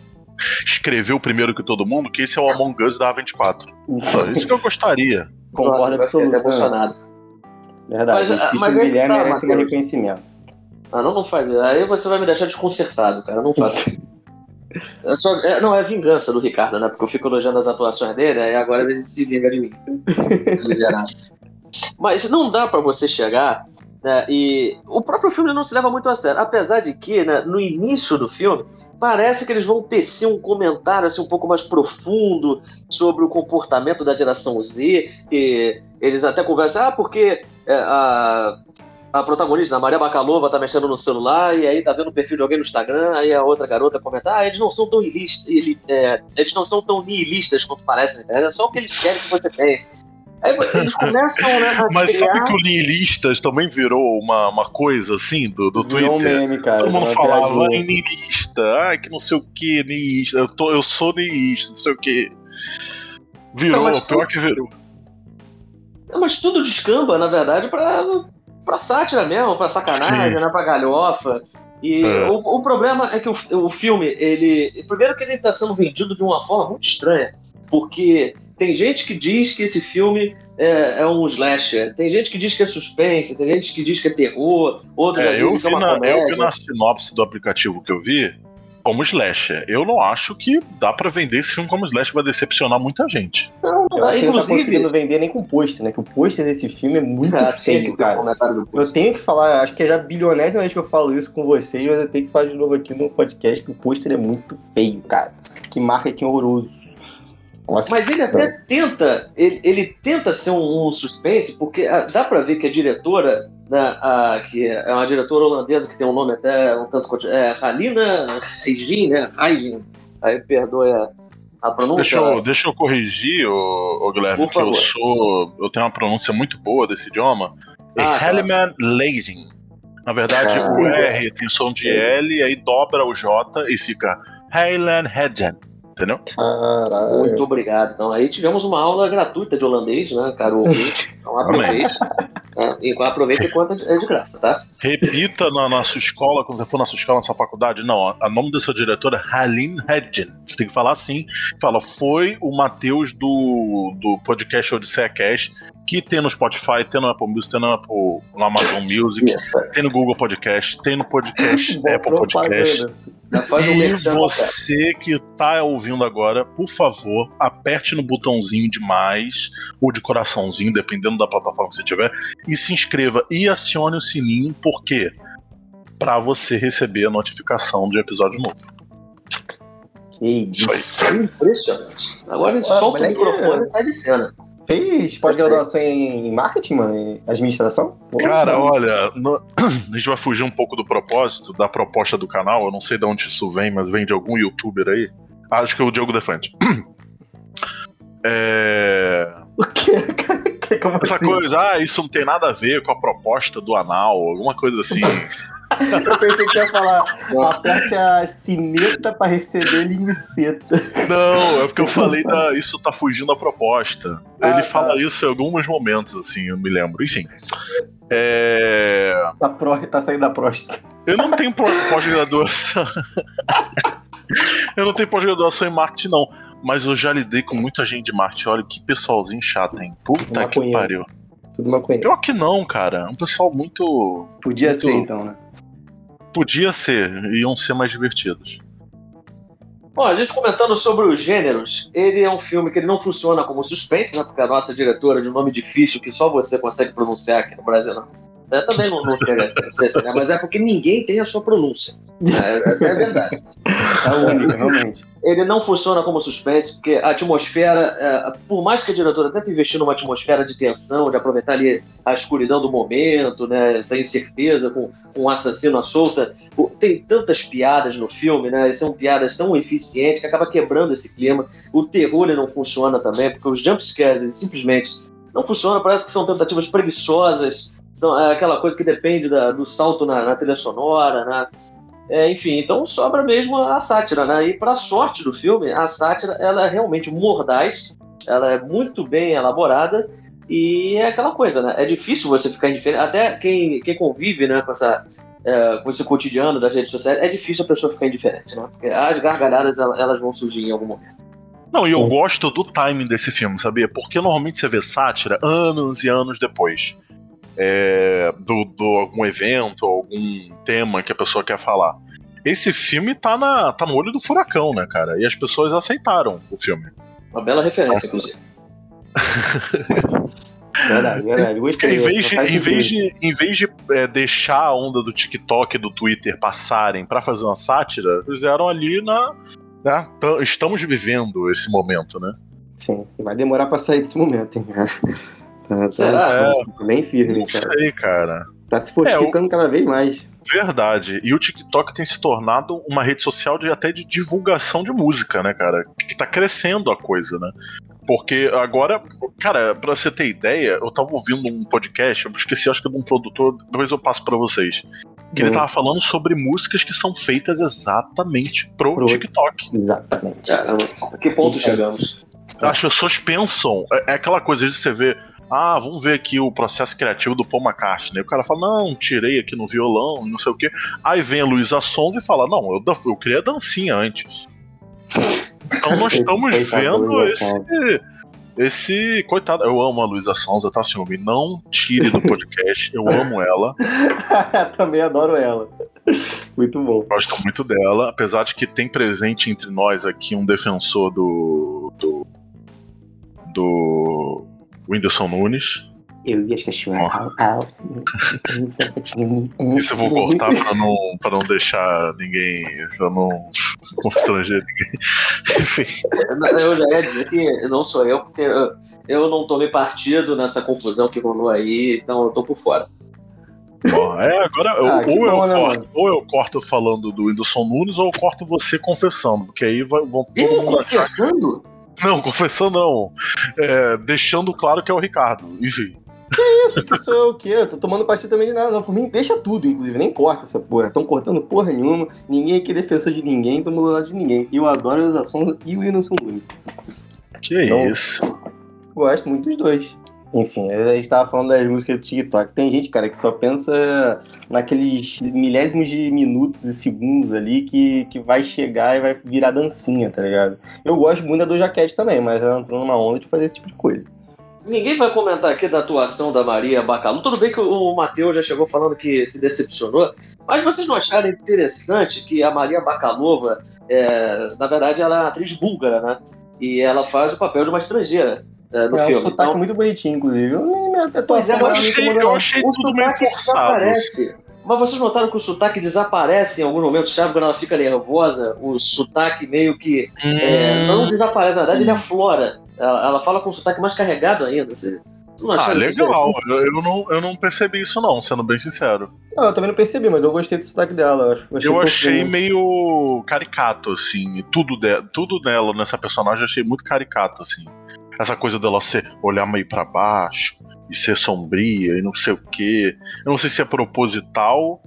escreveu primeiro que todo mundo, que esse é o Among Us da A vinte e quatro. Só isso que eu gostaria. Concordo absolutamente. Verdade, Mas, os mas do é Guilherme tá, merecem um reconhecimento. Ah, não, não faz. Aí você vai me deixar desconcertado, cara. Não faça. É só, é, não, é vingança do Ricardo, né? Porque eu fico elogiando as atuações dele, aí agora ele se vinga de mim. Miserável. Mas não dá pra você chegar, né? E o próprio filme não se leva muito a sério. Apesar de que, né, no início do filme, parece que eles vão tecer um comentário assim, um pouco mais profundo sobre o comportamento da geração Z. E eles até conversam, ah, porque é, a. A protagonista, a Maria Bakalova, tá mexendo no celular e aí tá vendo o perfil de alguém no Instagram, aí a outra garota comenta, ah, eles não são tão nihilistas, ele, é, eles não são tão nihilistas quanto parecem, né? É só o que eles querem que você pense. Aí eles começam, né, a Mas criar... sabe que o nihilistas também virou uma, uma coisa assim do, do Twitter? Virou um meme, cara. Todo mundo Uma falava, piadinha. ai, niilista, ai, que não sei o que, niilista, eu, tô, eu sou niilista, não sei o que. Virou, Não, mas pior tu- que virou. Mas tudo descamba, na verdade, pra, pra sátira mesmo, pra sacanagem, Sim. né, pra galhofa. E É. o, o problema é que o, o filme, ele... Primeiro que ele tá sendo vendido de uma forma muito estranha, porque tem gente que diz que esse filme é, é um slasher, tem gente que diz que é suspense, tem gente que diz que é terror, outros já É, eu, dizem que é vi uma na, comédia. eu vi na sinopse do aplicativo que eu vi como slasher. Eu não acho que dá pra vender esse filme como slasher, vai decepcionar muita gente. Não, não Eu dá. acho que ele não tá Inclusive... conseguindo vender nem com pôster, né? Que o pôster desse filme é muito Ah, tinha que feio, ter cara. comentário do Eu post. tenho que falar, acho que é já a bilionésima vez que eu falo isso com vocês, mas eu tenho que falar de novo aqui no podcast que o pôster é muito feio, cara. Que marketing horroroso. Nossa. Mas ele até tenta, ele, ele tenta ser um, um suspense, porque ah, dá pra ver que a diretora, né, a, que é uma diretora holandesa que tem um nome até um tanto quanto. É Halina Reijin, né? Reijin. Aí perdoe a, a pronúncia. Deixa eu, deixa eu corrigir, ô, ô Guilherme, Por que eu favor. sou. Eu tenho uma pronúncia muito boa desse idioma. É Ah, tá. Heliman Leijing. Na verdade, Ah. o R tem som de L, aí dobra o J e fica Heilen Hedgen. Entendeu? Caralho. Muito obrigado. Então, aí tivemos uma aula gratuita de holandês, né, caro ouvinte? Então aproveite. Né, e aproveite enquanto é de graça, tá? Repita na, na sua escola, quando você for na sua escola, na sua faculdade. Não, a nome dessa diretora é Halin Hedgen. Você tem que falar assim. Fala, foi o Matheus do, do podcast Odisseia Cast, que tem no Spotify, tem no Apple Music, tem no, Apple, no Amazon Music, tem no Google Podcast, tem no podcast Boa Apple Podcast. propaganda. Já faz um E merchan na festa. você que tá ouvindo agora, por favor, aperte no botãozinho de mais ou de coraçãozinho, dependendo da plataforma que você tiver, e se inscreva e acione o sininho, por quê? Pra você receber a notificação de episódio novo. Que Isso isso. aí. Impressionante. Agora ele Ué, solta o moleque, microfone é. e sai de cena. Fez pós-graduação em marketing, mano? Em administração? Cara, olha, no- a gente vai fugir um pouco do propósito, da proposta do canal. Eu não sei de onde isso vem, mas vem de algum youtuber aí. Ah, acho que é o Diogo Defante. É... O quê, cara? Que- Como Essa assim? coisa, ah, isso não tem nada a ver com a proposta do anal, alguma coisa assim. Eu pensei que ia falar, aperte a sineta pra receber linguiceta. Não, é porque eu falei da. Isso tá fugindo da proposta. Ele Ah, tá. fala isso em alguns momentos, assim, eu me lembro. Enfim. É... Tá, pró, tá saindo da próstata. Eu não tenho pós- pós-graduação. Eu não tenho pós-graduação em marketing, não. Mas eu já lidei com muita gente de marketing. Olha que pessoalzinho chato, hein? Puta que Maconheiro. pariu. Tudo maconheiro. Pior que não, cara. É um pessoal muito. Podia muito- ser, então, né? podia ser, iam ser mais divertidos. Bom, a gente comentando sobre os gêneros, ele é um filme que ele não funciona como suspense, né? Porque a nossa diretora de um nome difícil que só você consegue pronunciar aqui no Brasil, não. Eu também não, não chega a ser assim, né? Mas é porque ninguém tem a sua pronúncia. É, essa é a verdade. É único, realmente. Ele não funciona como suspense, porque a atmosfera, é, por mais que a diretora tente investir numa atmosfera de tensão, de aproveitar ali a escuridão do momento, né, essa incerteza com, com um assassino à solta, tem tantas piadas no filme, né, são piadas tão eficientes que acaba quebrando esse clima. O terror ele não funciona também, porque os jumpscares eles simplesmente não funcionam, parece que são tentativas preguiçosas, são é, aquela coisa que depende da, do salto na, na trilha sonora, né? É, enfim, então sobra mesmo a sátira, né? E para sorte do filme, a sátira ela é realmente mordaz, ela é muito bem elaborada e é aquela coisa, né? É difícil você ficar indiferente, até quem, quem convive, né, com, essa, é, com esse cotidiano das redes sociais, é difícil a pessoa ficar indiferente, né? Porque as gargalhadas elas vão surgir em algum momento. Não, e eu gosto do timing desse filme, sabia? Porque normalmente você vê sátira anos e anos depois. É, do, do algum evento, algum tema que a pessoa quer falar. Esse filme tá, na, tá no olho do furacão, né, cara? E as pessoas aceitaram o filme. Uma bela referência, inclusive. Verdade, verdade. Porque em vez de, em vez de, em vez de é, deixar a onda do TikTok e do Twitter passarem pra fazer uma sátira, fizeram ali na... Né, t- estamos vivendo esse momento, né? Sim, vai demorar pra sair desse momento, hein, cara. Tá, tá, Será? tá bem firme, Não cara. sei, cara. Tá se fortificando É, o... cada vez mais. Verdade. E o TikTok tem se tornado uma rede social de, até de divulgação de música, né, cara? Que tá crescendo a coisa, né? Porque agora, cara, pra você ter ideia, eu tava ouvindo um podcast, eu esqueci, acho que de um produtor, depois eu passo pra vocês. Que hum. ele tava falando sobre músicas que são feitas exatamente pro, pro... TikTok. Exatamente. Caramba, a que ponto é. chegamos? As pessoas pensam, é aquela coisa de você ver, ah, vamos ver aqui o processo criativo do Paul McCartney. O cara fala, não, tirei aqui no violão e não sei o quê. Aí vem a Luísa Sonza e fala, não, eu, eu criei a dancinha antes. Então nós estamos vendo esse, esse... Coitado, eu amo a Luísa Sonza, tá, senhor? Não tire do podcast, eu amo ela. Também adoro ela. Muito bom. Gosto muito dela, apesar de que tem presente entre nós aqui um defensor do... do, do Whindersson Nunes. Eu ia esquecer. Isso eu vou cortar pra não, pra não deixar ninguém, pra não constranger ninguém. Enfim. Eu já ia dizer que não sou eu, porque eu, eu não tomei partido nessa confusão que rolou aí, então eu tô por fora. Bom, é, agora ah, ou, eu bom, né, corto, ou eu corto falando do Whindersson Nunes, ou eu corto você confessando, porque aí vai, vão todo eu mundo confessando? achar... Não, confessando não. É, deixando claro que é o Ricardo, enfim. Que isso, que sou eu o quê? Eu tô tomando partido também de nada, não. Por mim, deixa tudo, inclusive, nem corta essa porra. Estão cortando porra nenhuma, ninguém aqui é defensor de ninguém, tô do lado de ninguém. Eu adoro as ações e o Whindersson Nunes. Que então, isso. Gosto muito dos dois. Enfim, a gente tava falando das músicas do TikTok. Tem gente, cara, que só pensa naqueles milésimos de minutos e segundos ali que, que vai chegar e vai virar dancinha, tá ligado? Eu gosto muito da Doja Cat também, mas ela entrou numa onda de fazer esse tipo de coisa. Ninguém vai comentar aqui da atuação da Maria Bakalova. Tudo bem que o Matheus já chegou falando que se decepcionou, mas vocês não acharam interessante que a Maria Bakalova, é, na verdade, ela é uma atriz búlgara, né? E ela faz o papel de uma estrangeira. É, no é filme. um sotaque então... muito bonitinho, inclusive. Eu, minha atuação é, eu achei, eu achei tudo meio forçado. Mas vocês notaram que o sotaque desaparece em algum momento, sabe? Quando ela fica nervosa, o sotaque meio que hum. é, não desaparece, na verdade ele aflora. Ela, ela fala com o sotaque mais carregado ainda. Você não ah, legal. Eu, eu, não, eu não percebi isso não, sendo bem sincero. Não, eu também não percebi, mas eu gostei do sotaque dela. Eu, acho, eu achei, eu achei meio caricato, assim. Tudo, de, tudo dela nessa personagem eu achei muito caricato, assim. Essa coisa dela ser, olhar meio pra baixo e ser sombria e não sei o quê. Eu não sei se é proposital,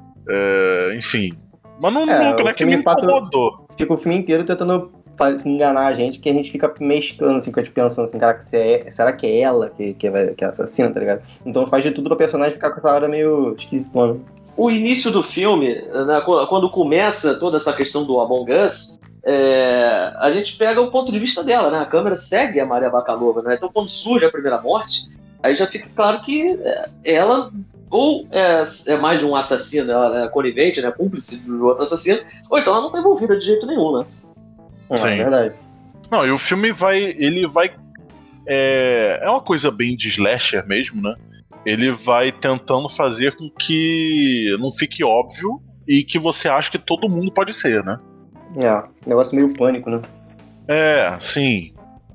é, enfim. Mas não é, não, não é que me incomodou. Fica o filme inteiro tentando enganar a gente, que a gente fica mesclando, assim, com a gente pensando assim, cara, que é, será que é ela que, que, é, que é assassina, tá ligado? Então faz de tudo pra personagem ficar com essa hora meio esquisitona. O início do filme, né, quando começa toda essa questão do Among Us, É, a gente pega o ponto de vista dela, né? A câmera segue a Maria Bakalova, né? Então quando surge a primeira morte, aí já fica claro que ela ou é, é mais de um assassino, ela é conivente, né, cúmplice do outro assassino, ou então ela não tá envolvida de jeito nenhum, né? Sim. É verdade. Não, e o filme vai, ele vai, é, é uma coisa bem de slasher mesmo, né? Ele vai tentando fazer com que não fique óbvio e que você ache que todo mundo pode ser, né? É, negócio meio pânico, né? É, sim.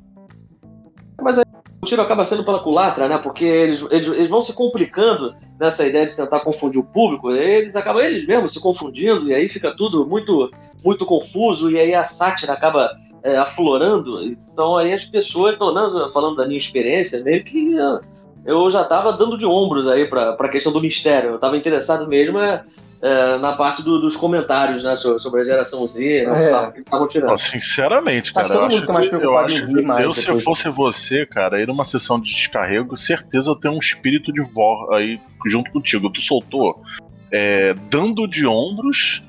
Mas aí o tiro acaba sendo pela culatra, né? Porque eles, eles, eles vão se complicando nessa ideia de tentar confundir o público, eles acabam eles mesmos se confundindo, e aí fica tudo muito, muito confuso, e aí a sátira acaba é, aflorando. Então aí as pessoas, pelo menos falando da minha experiência, meio que eu já tava dando de ombros aí pra, pra questão do mistério. Eu tava interessado mesmo é, é, na parte do, dos comentários, né? Sobre a geração Z, né, É. que eles estavam tirando. Não, sinceramente, cara, Acho que todo eu mundo acho fica mais que, eu, preocupado acho em rir que mais eu, se eu depois. fosse você, cara, ir numa sessão de descarrego, certeza eu tenho um espírito de vó aí junto contigo. Tu soltou é, dando de ombros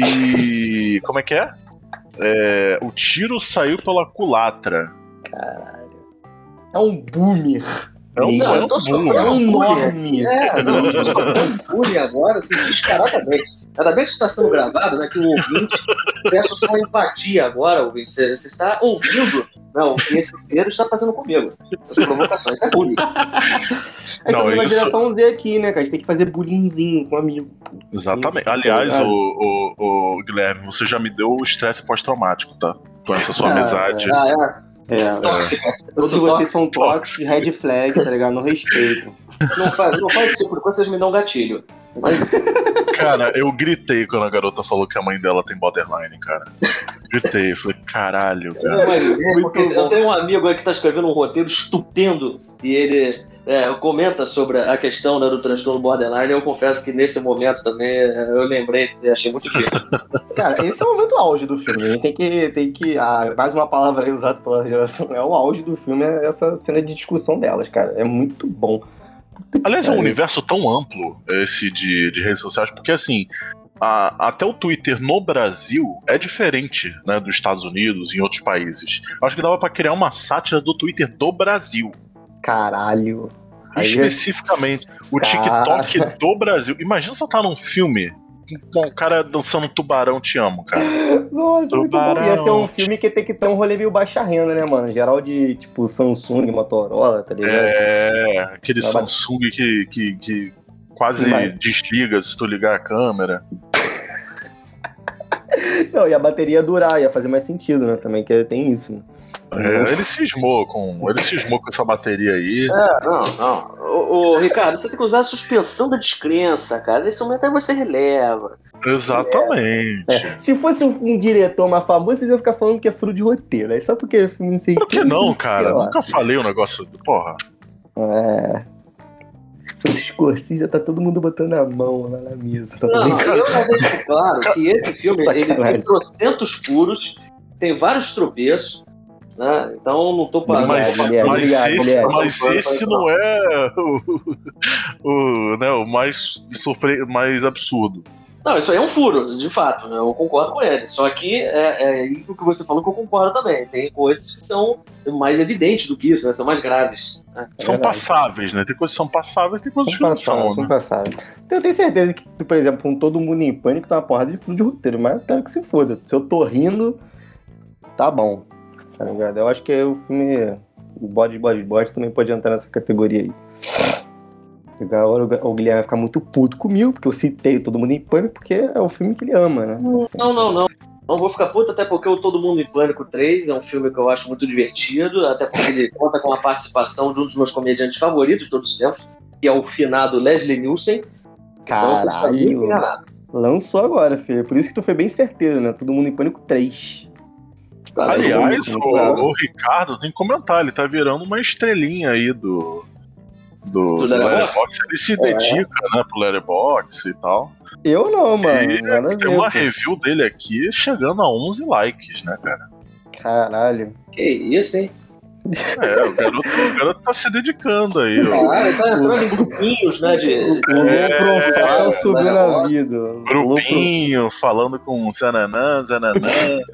e... como é que é? É, o tiro saiu pela culatra. Caralho. É um boomer. É um, Não, é eu um tô boom. sofrendo É um bullying. enorme. É, não, eu tô sofrendo bullying agora, assim, descaradamente. Ainda bem que isso está sendo gravado, né? Que o ouvinte, peço sua empatia agora, ouvinte. Você, você está ouvindo, né, o que esse ser está fazendo comigo. Essas provocações, isso é bullying. A gente Não, tá na isso- geração Z aqui, né, cara? A gente tem que fazer bullyingzinho com um amigo. Exatamente. Sim, Aliás, verdade. o, o, o Guilherme, você já me deu o estresse pós-traumático, tá? Com essa sua Ah, amizade. Ah, é, É, tóxica. Eu todos sou vocês tóxico. são tóxicos, red flag, tá ligado? Não respeito. Não faz, não faz isso, por enquanto vocês me dão gatilho. Mas Cara, eu gritei quando a garota falou que a mãe dela tem borderline, cara. Gritei, falei, caralho, eu cara. imaginei, Muito porque bom. eu tenho um amigo aí que tá escrevendo um roteiro estupendo e ele é, comenta sobre a questão, né, do transtorno borderline. Eu confesso que nesse momento também é, eu lembrei e achei muito difícil. Cara, esse é o momento auge do filme. A gente tem que. Tem que ah, mais uma palavra aí usada pela geração. É o auge do filme, é essa cena de discussão delas, cara. É muito bom. Puta que Aliás, é um pariu. universo tão amplo esse de, de redes sociais, porque assim, a- até o Twitter no Brasil é diferente, né, dos Estados Unidos e em outros países. Acho que dava pra criar uma sátira do Twitter do Brasil. Caralho. Aí é- Especificamente, o Cara. TikTok do Brasil. Imagina você tá num filme com um cara dançando Tubarão Te Amo, cara. Nossa, muito bom. Tubarão. Ia ser um filme que tem que ter um rolê meio baixa renda, né, mano? Geral de, tipo, Samsung, Motorola, tá ligado? É, aquele Vai- Samsung que, que, que quase Vai. desliga se tu ligar a câmera. Não, e a bateria ia durar, ia fazer mais sentido, né? Também que tem isso, né? É, ele cismou com. Ele cismou com essa bateria aí. É, não, não. Ô, ô, Ricardo, você tem que usar a suspensão da descrença, cara. Nesse momento aí você releva. Exatamente. É, se fosse um, um diretor mais famoso, vocês iam ficar falando que é furo de roteiro. Aí só porque é filme não sei Por que não, cara? sei lá. Nunca falei um negócio. Porra. É. Se fosse Scorsese, tá todo mundo botando a mão lá na mesa. Tá Não, brincando? eu já deixo claro que esse filme ele Sacanagem. tem trocentos furos, tem vários tropeços, né? Então não tô parando. Mas, Obrigado, Guilherme, mas obrigado, esse, Guilherme. mas esse não é o, o, né, o mais, surpre... mais absurdo. Não, isso aí é um furo, de fato, né? Eu concordo com ele. Só que é, é o que você falou que eu concordo também. Tem coisas que são mais evidentes do que isso, né? São mais graves. Né? São verdade. passáveis, né? Tem coisas que são passáveis, tem coisas São que não passáveis, são, são né? passáveis. Então eu tenho certeza que, por exemplo, com Todo Mundo em Pânico tem uma porrada de furo de roteiro, mas eu quero que se foda. Se eu tô rindo, tá bom. Tá ligado? Eu acho que o filme, o Bode Bode Bode também pode entrar nessa categoria aí. Agora o Guilherme vai ficar muito puto comigo, porque eu citei Todo Mundo em Pânico, porque é o filme que ele ama, né? Assim, Não, não, não. Não vou ficar puto, até porque o Todo Mundo em Pânico três é um filme que eu acho muito divertido, até porque ele conta com a participação de um dos meus comediantes favoritos de todos os tempos, que é o finado Leslie Nielsen. Então, vocês estão muito Caralho. enganados. Lançou agora, filho. Por isso que tu foi bem certeiro, né? Todo Mundo em Pânico três. Cara, Aliás, eu o, vou muito o Ricardo tem que comentar, ele tá virando uma estrelinha aí do. Do, Do do Letterboxd? Letterboxd. Ele se dedica, né, pro Letterboxd e tal. Eu não, mano. E Nada a tem ver, uma pô. review dele aqui chegando a onze likes, né, cara? Caralho. Que isso, hein? É, o garoto, o garoto tá se dedicando aí. ó. Ah, ele tá entrando em grupinhos, né? De, O low profile subiu na Letterboxd. vida. O low Grupinho, falando com Zananã, Zananã.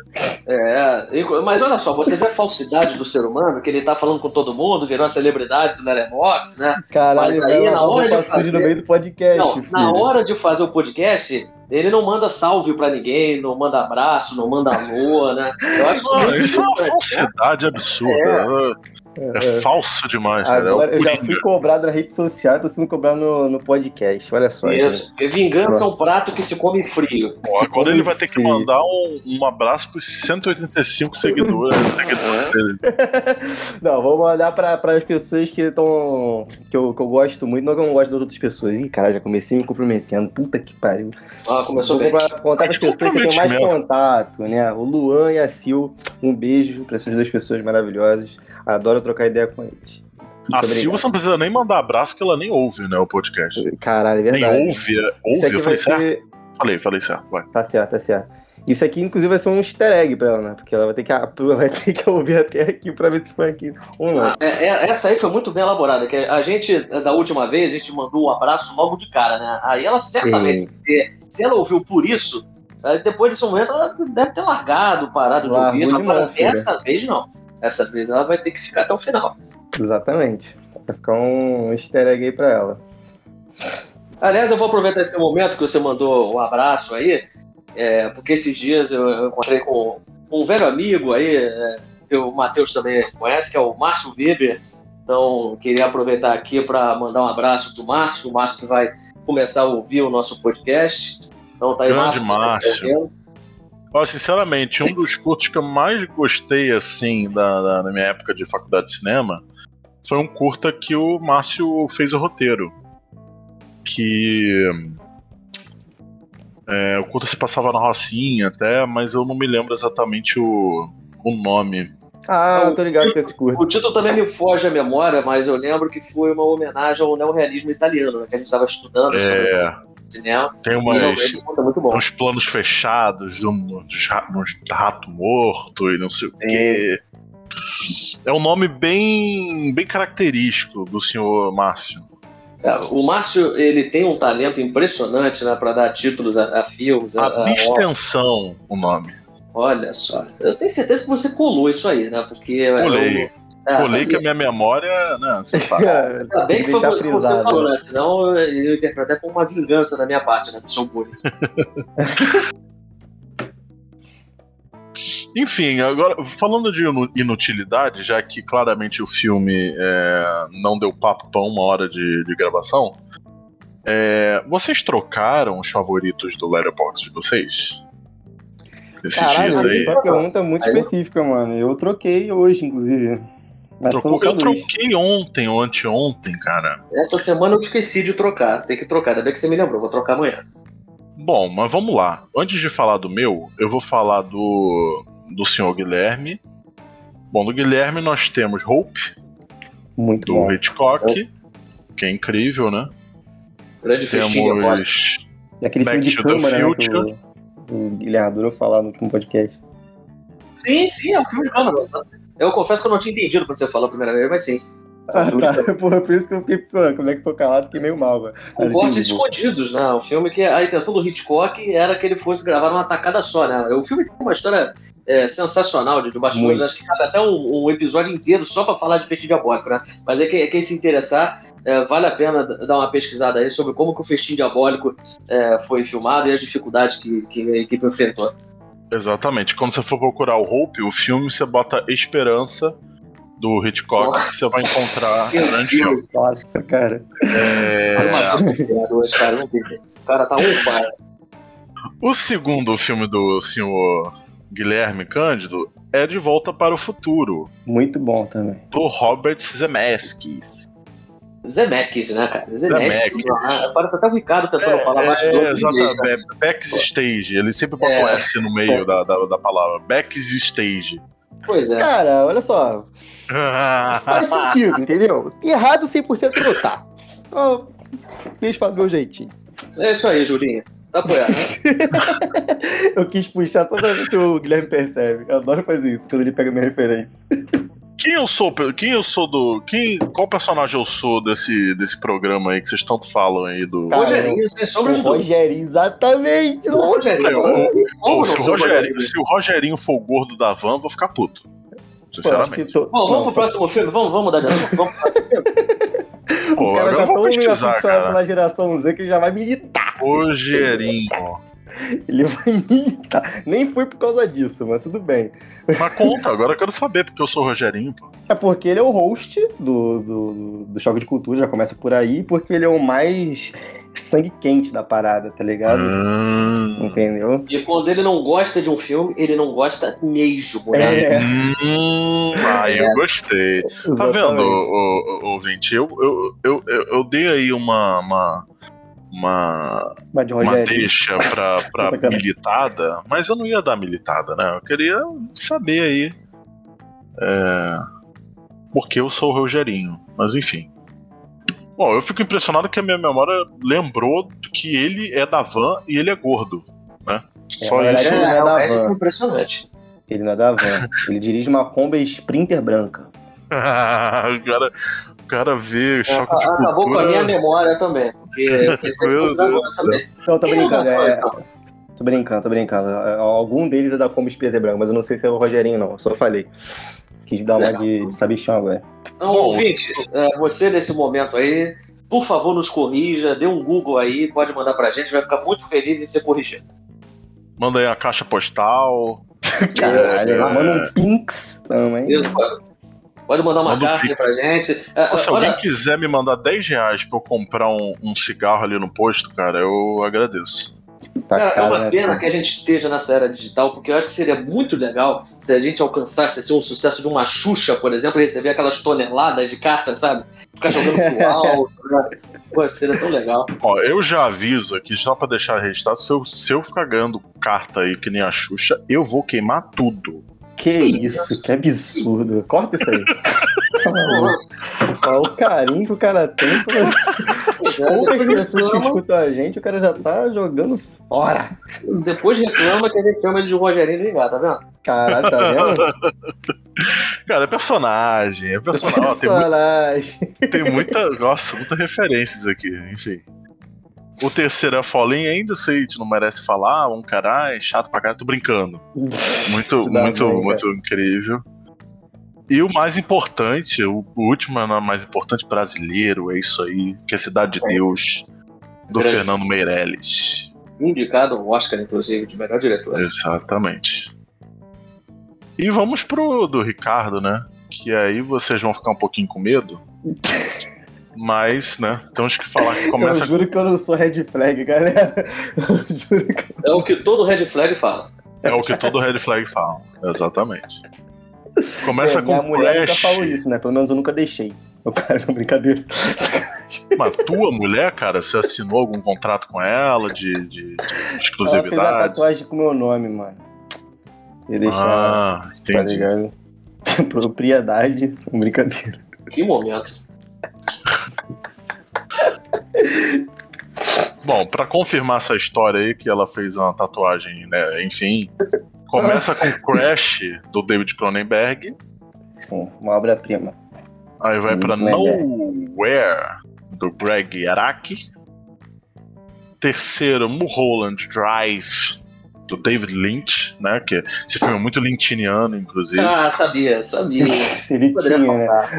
É, mas olha só, você vê a falsidade do ser humano, que ele tá falando com todo mundo, virou a celebridade do Letterboxd, né? Caralho, Mas aí, vai na lavar hora o de passujo fazer- no meio do podcast, Não, filho. na hora de fazer o podcast, ele não manda salve pra ninguém, não manda abraço, não manda alô, né? Eu acho Mano, muito isso é uma importante, né? falsidade absurda. É, É. falso demais, cara. É o Agora eu já Coringa. fui cobrado na rede social, tô sendo cobrado no, no podcast. Olha só, gente. Isso. Porque vingança é um prato que se come frio. Pô, agora come ele vai ter que frio. mandar um, um abraço pros cento e oitenta e cinco seguidores. seguidores dele. Não, vamos olhar para as pessoas que estão. Que eu, que eu gosto muito, não que eu não gosto das outras pessoas. Ih, cara, já comecei me comprometendo. Puta que pariu. Ah, começou Vou bem. contar com as Mas pessoas que eu tenho mais comprometimento. contato, né? O Luan e a Sil. Um beijo para essas duas pessoas maravilhosas. Adoro trocar ideia com eles. Muito A obrigado. Silva você não precisa nem mandar abraço, que ela nem ouve, né, o podcast. Caralho, é Nem verdade. ouve, é- Isso ouve, aqui eu vai falei certo? ser. Falei, falei certo, vai. Tá certo, tá certo. Isso aqui, inclusive, vai ser um easter egg pra ela, né? Porque ela vai ter que, vai ter que ouvir até aqui pra ver se foi aqui ou não. Ah, é- é- essa aí foi muito bem elaborada, que a gente, da última vez, a gente mandou um abraço logo de cara, né? Aí ela certamente, Sim. se, se ela ouviu por isso, aí depois desse momento ela deve ter largado, parado de Largou ouvir. de Agora, mão, filha. dessa vez não. Dessa vez ela vai ter que ficar até o final. Exatamente. Vai ficar um easter egg aí pra ela. Aliás, eu vou aproveitar esse momento que você mandou um abraço aí, é, porque esses dias eu, eu encontrei com, com um velho amigo aí, é, que o Matheus também conhece, que é o Márcio Weber. Então, queria aproveitar aqui para mandar um abraço pro Márcio, o Márcio que vai começar a ouvir o nosso podcast. Então, tá aí, Grande Márcio. Márcio. Ó, sinceramente, um dos curtos que eu mais gostei, assim, da, da, da minha época de faculdade de cinema, foi um curta que o Márcio fez o roteiro. Que... É, o curta se passava na Rocinha até, mas eu não me lembro exatamente o, o nome. Ah, Então, tô ligado com esse curto. O título também me foge à memória, mas eu lembro que foi uma homenagem ao neorrealismo italiano, né, que a gente estava estudando sobre É, cinema. tem E umas, realmente é muito bom. uns planos fechados de um, de ra- uns rato morto e não sei o quê. É um nome bem, bem característico do senhor Márcio. É, o Márcio, ele tem um talento impressionante, né, para dar títulos a, a filmes. A, a- Abstenção, o nome. olha só, eu tenho certeza que você colou isso aí, né? Porque Colei. é, é, Colei sabia- que a minha memória, né, você sabe. Ainda Tem bem que que foi deixar o que você frisado. falou, né? Senão eu interpretei como uma vingança da minha parte, né? Do seu bullying. Enfim, agora, falando de inu- inutilidade, já que claramente o filme é, não deu papo pra uma hora de, de gravação, é, vocês trocaram os favoritos do Letterboxd de vocês? Esses Caralho, dias essa aí? foi uma pergunta muito Aí- específica, mano. Eu troquei hoje, inclusive. Mas Trocou- foi eu o sanduíche. troquei ontem ou anteontem, cara. Essa semana eu esqueci de trocar. Tem que trocar, ainda bem que você me lembrou. Vou trocar amanhã. Bom, mas vamos lá. Antes de falar do meu, eu vou falar do, do senhor Guilherme. Bom, do Guilherme nós temos Hope, Muito do bom. Hitchcock, que é incrível, né? Grande festinha agora. Temos E aquele Back filme de to the câmera, né, que Future. o, o Guilherme adorou falar no último podcast. Sim, sim, é um filme de câmera. Eu confesso que eu não tinha entendido quando você falou a primeira vez, mas sim. É um Ah, filme de tá. câmera. Porra, por isso que eu fiquei, pô, como é que foi calado, fiquei meio mal, velho. Com Mas cortes entendi, pô. escondidos, né? Um filme que a intenção do Hitchcock era que ele fosse gravar numa tacada só, né? O filme tem uma história é, sensacional de, de bastidores. Muito. Acho que cabe até um, um episódio inteiro só pra falar de Festim Diabólico, né? Mas é quem, quem se interessar, é, vale a pena dar uma pesquisada aí sobre como que o Festim Diabólico é, foi filmado e as dificuldades que, que a equipe enfrentou. Exatamente. Quando você for procurar o Hope, o filme, você bota Esperança do Hitchcock, Nossa. que você vai encontrar Meu um grande filme. Deus. Nossa, cara. É, Hoje, cara, não tem jeito. O cara tá um pai. O segundo filme do senhor Guilherme Cândido é De Volta para o Futuro, Muito bom também. do Robert Zemeckis. Zemeckis, né, cara? Zemeckis. Ah, parece até o Ricardo tentando falar mais É, doce. exatamente. É, Backstage. Ele sempre bota um É. S no meio da, da, da palavra. Backstage. Pois é. Cara, olha só. Faz sentido, entendeu? Errado cem por cento não tá. Então, deixa eu falar do meu jeitinho. É isso aí, Julinha. Tá apoiado, né? Eu quis puxar só pra ver se o Guilherme percebe. Eu adoro fazer isso, quando ele pega minha referência. quem eu sou? Quem eu sou do. Quem, qual personagem eu sou desse, desse programa aí que vocês tanto falam aí do. Cara, Rogerinho, sem sombra de O dúvida. Rogerinho, exatamente. O Rogerinho. Eu- Como Pô, se, não o sou Rogerinho, se o Rogerinho for o gordo da van, eu vou ficar puto. Pô, acho que Sinceramente. tô- Bom, vamos não, pro próximo filme? Vamos, vamos mudar de assunto? Vamos pro próximo filme? Pô, O cara agora já eu vou tão meio pesquisar, aficionado cara. pela geração Z que ele já vai militar. Rogerinho. Ele vai militar. Nem foi por causa disso, mas tudo bem. Mas conta, agora eu quero saber, porque eu sou o Rogerinho, pô. É porque ele é o host do, do, do Choque de Cultura, já começa por aí, porque ele é o mais sangue quente da parada, tá ligado? Hum. Entendeu? E quando ele não gosta de um filme, ele não gosta mesmo, né? É, Hum, ah, eu gostei. Tá vendo, ô, ô, ouvinte? Eu, eu, eu, eu, eu dei aí uma, uma, uma, Mas de uma Rogério. deixa pra, pra Bacana. militada, mas eu não ia dar militada, né? Eu queria saber aí é, porque eu sou o Rogerinho, mas enfim. Bom, eu fico impressionado que a minha memória lembrou que ele é da van e ele é gordo, né? Só na verdade, isso. ele não é da é van. impressionante. Ele não é da van. Ele dirige uma Kombi Sprinter branca. o, cara, o cara vê choque de Acabou cultura. com a minha memória também. Porque eu pensei Meu que fosse da Deus van do céu. também. Não, tô Quem brincando. não foi, É, então? tô brincando, tô brincando. É, Algum deles é da Kombi Sprinter branca, mas eu não sei se é o Rogerinho, não. Eu só falei. Quis dar uma Legal. de, de sabichão agora. Então, Bom, ouvinte, é, você nesse momento aí, por favor, nos corrija, dê um Google aí, pode mandar pra gente, vai ficar muito feliz em ser corrigido. Manda aí a caixa postal. Caralho, Nossa. manda um Pinks também. Isso, pode- Pode mandar uma Manda um carta aí pix. pra gente. É, Pô, se olha, alguém quiser me mandar dez reais pra eu comprar um, um cigarro ali no posto, cara, eu agradeço. Tá cara, é caro, uma né, pena cara? que a gente esteja nessa era digital, porque eu acho que seria muito legal se a gente alcançasse assim, um sucesso de uma Xuxa, por exemplo, e receber aquelas toneladas de cartas, sabe? Ficar jogando pro alto. Né? Pô, seria tão legal. Ó, eu já aviso aqui, só pra deixar registrado, se eu, se eu ficar ganhando carta aí que nem a Xuxa, eu vou queimar tudo. Que isso, que absurdo. Corta isso aí. Olha o carinho que o cara tem. Pra... As poucas pessoas que escutam a gente, o cara já tá jogando fora. Depois reclama que a gente chama ele de Rogerinho Ligar, tá vendo? Caralho, tá vendo? Cara, é personagem, é personagem. Ó, tem, mu- Personagem. tem muita, nossa, muitas referências aqui, enfim. O terceiro é Fallen ainda, eu sei, a gente não merece falar, um caralho, chato pra caralho, tô brincando. Muito, Tudo muito, bem, muito incrível. E o mais importante, o, o último é o mais importante, brasileiro, é isso aí, que é Cidade de Deus, do Grande. Fernando Meirelles. Indicado ao Oscar, inclusive, de melhor diretor. Exatamente. E vamos pro do Ricardo, né? Que aí vocês vão ficar um pouquinho com medo. Mas, né, temos que falar que começa Eu juro que eu não sou red flag, galera. Eu juro que É o que todo Red Flag fala. É o que todo Red Flag fala. Exatamente. Começa É, com minha mulher nunca Crash. falou isso, né? Pelo menos eu nunca deixei. O cara, não, brincadeira. Mas tua mulher, cara, você assinou algum contrato com ela de, de, de Ela fez a exclusividade? tatuagem com o meu nome, mano. E deixar, Ah, tá entendi. ligado? Propriedade, brincadeira. Que momento. Bom, pra confirmar essa história aí, que ela fez uma tatuagem, né? Enfim. Começa com Crash, do David Cronenberg. Sim, uma obra-prima. Aí vai pra Muito legal. Nowhere, do Greg Araki. Terceiro, Mulholland Drive, do David Lynch, né? Que esse filme é muito lynchiniano, inclusive. Ah, sabia, sabia. Ele Poderia tinha, né? faltar.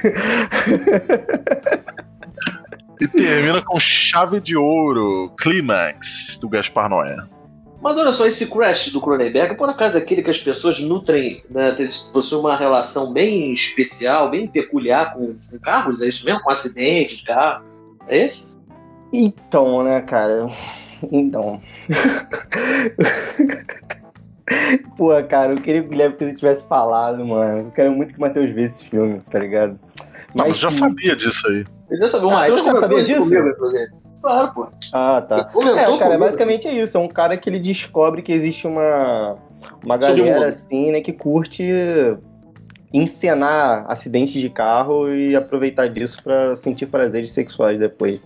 E termina com Chave de Ouro, Clímax, do Gaspar Noé. Mas olha só, esse Crash do Cronenberg, por acaso é aquele que as pessoas nutrem, né, eles possuem uma relação bem especial, bem peculiar com, com carros, é isso mesmo? Com acidentes de carro. É esse? Então, né, cara? Então. Pô, cara, eu queria que o Guilherme Pisa tivesse falado, mano. Eu quero muito que o Matheus vê esse filme, tá ligado? Não, mas já sim. sabia disso aí. Eu já sabia, o Ah, Matheus então já comentou sabia isso disso? comigo, inclusive. Claro, pô. Ah, tá. Ele comentou É, cara, comigo. basicamente é isso. É um cara que ele descobre que existe uma, uma galera, Submundo. assim, né, que curte encenar acidentes de carro e aproveitar disso pra sentir prazeres sexuais depois.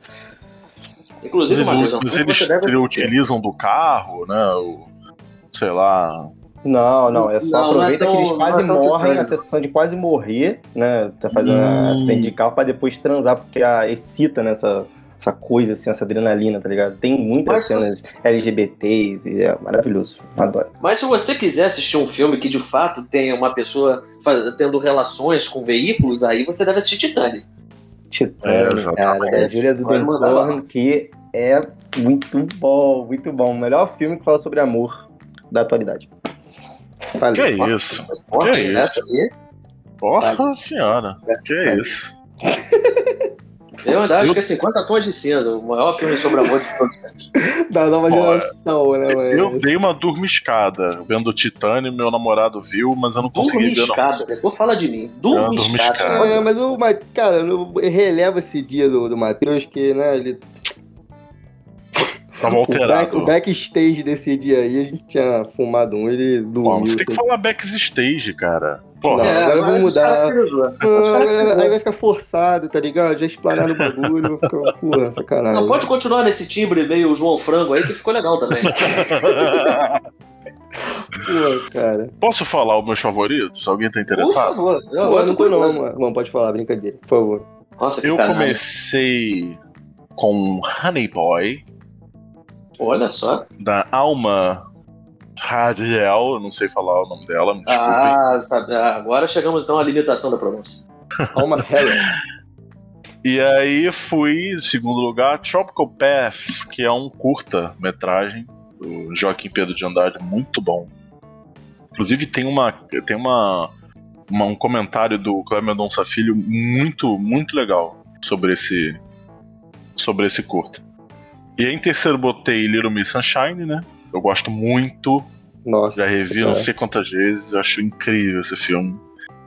Inclusive, Eles, Matheus, é um mas filme que eles você deve assistir. utilizam do carro, né? O, sei lá, Não, não, é só Não, não é aproveita tão- que eles quase não é tão morrem, a titânio. sensação de quase morrer, né? Tá fazendo Hum. um acidente de carro pra depois transar, porque a, excita nessa essa coisa, assim, essa adrenalina, tá ligado? Tem muitas Mas cenas L G B Ts e é maravilhoso. Adoro. Mas se você quiser assistir um filme que de fato tenha uma pessoa faz- tendo relações com veículos, aí você deve assistir Titanic. É, Titânia, exatamente. cara, da Júlia Pode mandar lá. Dudencorn, que é muito bom, muito bom. O melhor filme que fala sobre amor da atualidade. Falei. Que isso? Porra, Que isso? essa aí, Porra senhora. Que isso? eu ainda acho Eu- que é cinquenta tons de cinza, o maior filme sobre amor de todos os tempos. Da nova Olha, geração, né, mano? Eu dei uma dormiscada vendo o Titânio, meu namorado viu, mas eu não consegui ver, não. Dormiscada, depois fala de mim. dormiscada. Dormiscada. É, mas o, mas, cara, eu relevo esse dia do, do Matheus, que, né, ele. Tava O, back, alterado. o backstage desse dia aí, a gente tinha fumado um, ele Pô, dormiu. você tem que assim. falar backstage, cara. Porra. Não, agora eu vou os mudar. caras querem zoar. Os Ah, caras querem aí zoar. vai ficar forçado, tá ligado? Já explanaram o bagulho, vai ficar, porra, sacanagem. Não, pode continuar nesse timbre meio João Frango aí, que ficou legal também. Pô, cara. Posso falar os meus favoritos? Alguém tá Por interessado? favor. Eu, Pô, eu não tô não, curioso. mano. Bom, pode falar, brincadeira, por favor. Nossa, que Eu canalha. comecei com Honey Boy, Olha só. da Alma Radiel, eu não sei falar o nome dela, me desculpem. Ah, sabe, ah, agora chegamos então à limitação da pronúncia. Alma Harry. E aí fui, em segundo lugar, Tropical Paths, que é um curta-metragem do Joaquim Pedro de Andrade, muito bom. Inclusive tem uma tem uma, uma- um comentário do Cléber Mendonça Filho muito, muito legal sobre esse sobre esse curta. E aí, em terceiro botei Little Miss Sunshine, né? Eu gosto muito, Nossa. já revi cara. não sei quantas vezes, eu acho incrível esse filme.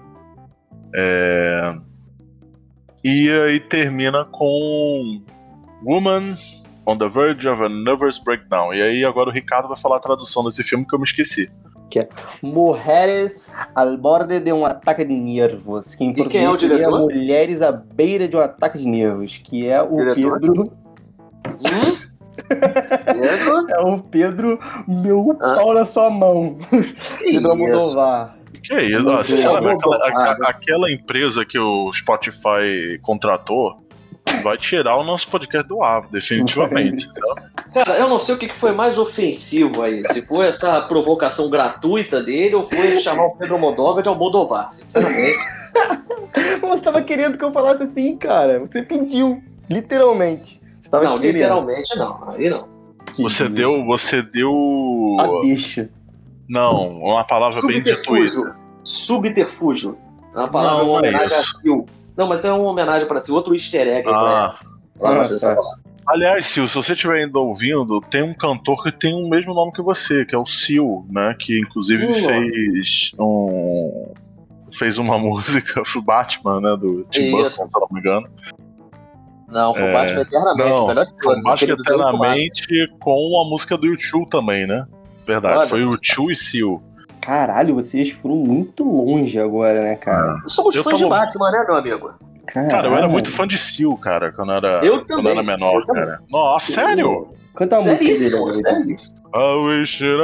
É... E aí termina com Woman on the Verge of a Nervous Breakdown. E aí agora o Ricardo vai falar a tradução desse filme que eu me esqueci. Mulheres al borde de um ataque de nervos. Que em E quem é o português seria diretor? Mulheres à beira de um ataque de nervos. Que é o Diretor? Pedro. Hum? Pedro? É o Pedro, meu Ah. pau na sua mão. Que Pedro isso? Almodóvar. Que é isso? Meu Ah, você Deus. sabe, Eu aquela, vou botar. a- aquela empresa que o Spotify contratou vai tirar o nosso podcast do ar, definitivamente. sabe? Cara, eu não sei o que que foi mais ofensivo aí. Se foi essa provocação gratuita dele ou foi chamar o Pedro Almodóvar de Almodovar, sinceramente. Você tava querendo que eu falasse assim, cara. Você pediu, literalmente. Você tava Não, querendo. literalmente não. Aí não. Você deu. Você deu. Ah, deixa. Não, uma palavra bem de Subterfúgio. Twitter. Subterfúgio. É uma palavra, Não, uma não é homenagem a isso. Sil. Não, mas é uma homenagem pra Sil. Outro easter egg aí Ah, pra ela. Ah, Pra tá. falar. aliás, Sil, se você estiver ainda ouvindo, tem um cantor que tem o mesmo nome que você, que é o Sil, né? Que inclusive Nossa. fez um. Fez uma música pro Batman, né? Do Tim Isso. Burton, se eu não me engano. Não, É, combate eternamente. Não, melhor de todos. Combate aquele do Deus do Mar. eternamente com a música do U dois também, né? Verdade, Olha. foi o U dois e Sil. Caralho, vocês foram muito longe agora, né, cara? Somos Eu fãs de tava- Batman, né, meu amigo? Cara, eu era muito fã de Sil, cara, quando eu era, Eu quando também, eu era menor, eu também. cara. Nossa, sério? Canta a música dele Seríssimo, agora. sério. I wish that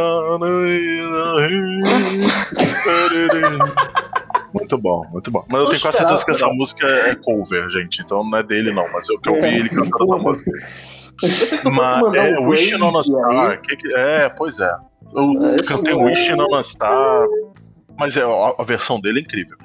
I- Muito bom, muito bom. Mas eu Eu tenho quase certeza que essa esperava. música é cover, gente. Então não é dele, não. Mas eu que ouvi ele cantando essa música. Mas mandar é um Wishing on a Crazy Star. Que que- é, pois é. Eu É, isso cantei mesmo. Wishing on a Star. Mas é, a, a versão dele é incrível.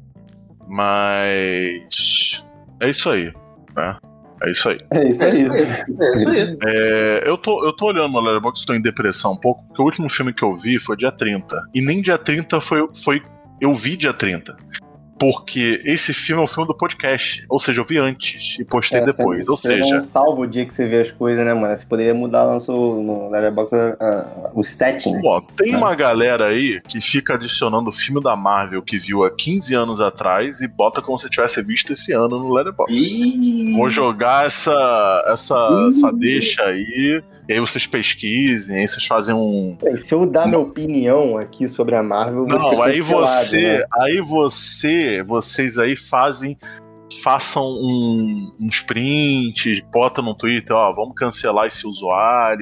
Mas. É isso aí, né? É isso aí. É isso É aí. isso aí. É isso aí. É, eu, tô, eu tô olhando meu Letterboxd, estou em depressão um pouco, porque o último filme que eu vi foi dia trinta. E nem dia trinta foi. foi eu vi dia trinta. Porque esse filme é o filme do podcast. Ou seja, eu vi antes e postei É, depois. você- Ou você seja, não salva o dia que você vê as coisas, né, mano? Você poderia mudar lá no, seu, no Letterboxd ah, ah, os settings. ó, tem né? uma galera aí que fica adicionando o filme da Marvel que viu há quinze anos atrás e bota como se tivesse visto esse ano no Letterboxd. Ih, Vou jogar essa, essa, essa deixa aí, e aí vocês pesquisem, aí vocês fazem um. E se eu dar minha opinião aqui sobre a Marvel, Não, você aí cancelado, você, né? aí você, vocês aí fazem, façam um, uns prints, bota no Twitter, ó, vamos cancelar esse usuário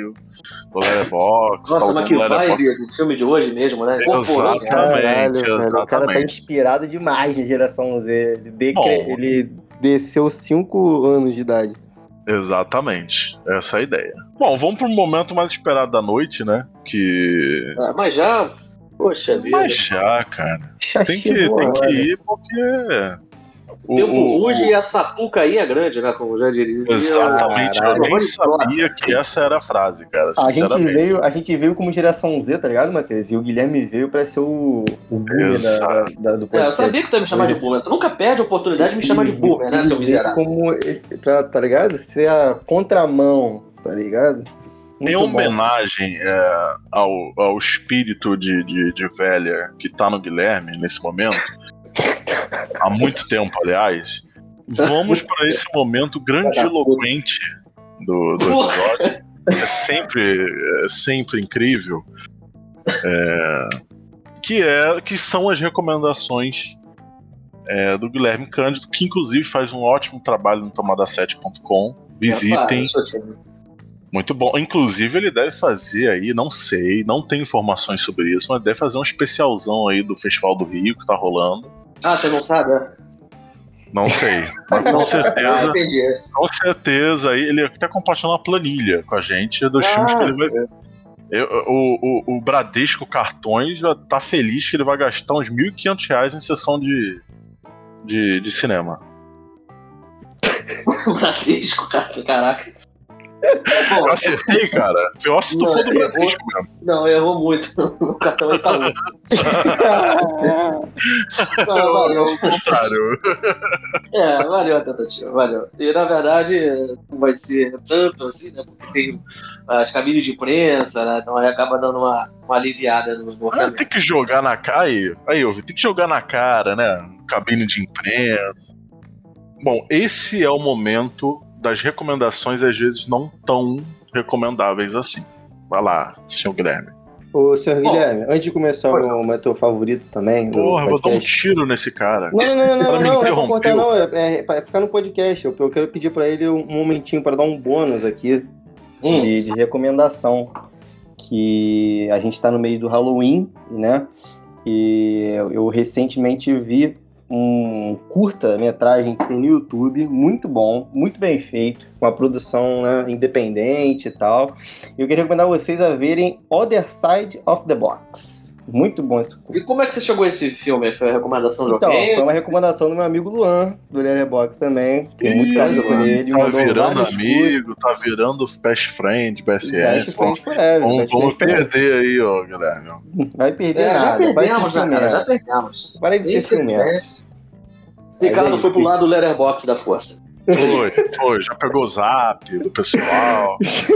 do Letterboxd. Nossa, tá mas que usando o vibe Letterboxd. do filme de hoje mesmo, né? Incorporou, né? Exatamente, Caralho, velho, o cara tá exatamente. inspirado demais na geração Z. Ele, de- Bom. ele desceu cinco anos de idade. Exatamente, essa é a ideia. Bom, vamos para um momento mais esperado da noite, né? Que. Ah, mas já, poxa vida. Mas já, cara. Tem que, Chegou tem a hora. que ir porque. O tempo ruge e a sapucaí é grande, né? Como já diria. Exatamente, eu Caralho. nem sabia que essa era a frase, cara. A gente, Sinceramente. veio, a gente veio como geração Z, tá ligado, Matheus? E o Guilherme veio pra ser o, o boomer da, da, da- do É, eu podcast. sabia que tu ia me chamar de boomer. Tu nunca perde a oportunidade de me chamar de boomer, né, Ele seu veio miserável? como, pra, tá ligado? Ser a contramão, tá ligado? Em Muito bom. homenagem é, ao, ao espírito de, de, de velha que tá no Guilherme nesse momento, há muito tempo, aliás, vamos para esse momento grandiloquente do, do episódio. É sempre, é sempre incrível. É, que, é, que são as recomendações é, do Guilherme Cândido, que inclusive faz um ótimo trabalho no tomada sete ponto com. Visitem. Muito bom. Inclusive, ele deve fazer aí, não sei, não tenho informações sobre isso, mas deve fazer um especialzão aí do Festival do Rio que tá rolando. Ah, você não sabe, né? Não sei. Mas com Ah, certeza, entendi. com certeza, aí ele até compartilhou uma planilha com a gente dos filmes que ele vai. Eu- o, o, o Bradesco Cartões já tá feliz que ele vai gastar uns mil e quinhentos reais em sessão de, de, de cinema. O Bradesco, cara, caraca. Bom, Eu acertei, cara. Pior se tu Não, for do errou. Bradesco mesmo. não, errou muito. O cartão aí tá ruim. Não, valeu. Ao contrário. É, valeu a tentativa, valeu. E na verdade, não vai ser tanto assim, né? Porque tem as cabines de imprensa, né? Então aí acaba dando uma, uma aliviada no, no Ah, orçamento. tem que jogar na cara. Aí, aí, ouvi, tem que jogar na cara, né? Cabine de imprensa. Bom, esse é o momento das recomendações, às vezes não tão recomendáveis assim. Vai lá, senhor Guilherme. Ô, senhor Bom, Guilherme, antes de começar foi. o meu teu favorito também. do Porra, eu vou dar um podcast. tiro nesse cara. Não, não, não, Ela não, me não, não é pra interrompeu. cortar, não. É, é pra ficar no podcast. Eu, eu quero pedir pra ele um momentinho pra dar um bônus aqui Hum, de, de recomendação. Que a gente tá no meio do Halloween, né? E eu, eu recentemente vi um curta-metragem que tem no YouTube, muito bom, muito bem feito, com a produção, né, independente e tal. E eu queria recomendar vocês a verem Other Side of the Box. Muito bom esse curta. E como é que você chegou a esse filme? Foi a recomendação de Então, alguém? foi uma recomendação do meu amigo Luan, do Letterboxd também. Tem muito Ih, carinho por ele. Tá mandou virando vários amigo, tá virando best friend, best curtas. Best friend. Friend Forever. Vamos, Best vamos Friend Forever. perder aí, ó, Guilherme. Vai perder É, já nada. Para de ser perdemos, né, cara? Já ciumento. perdemos. Para de ser Infelizmente. ciumento. Ricardo Mas é foi isso. pro lado do Letterboxd da força. Foi, foi, já pegou o zap do pessoal.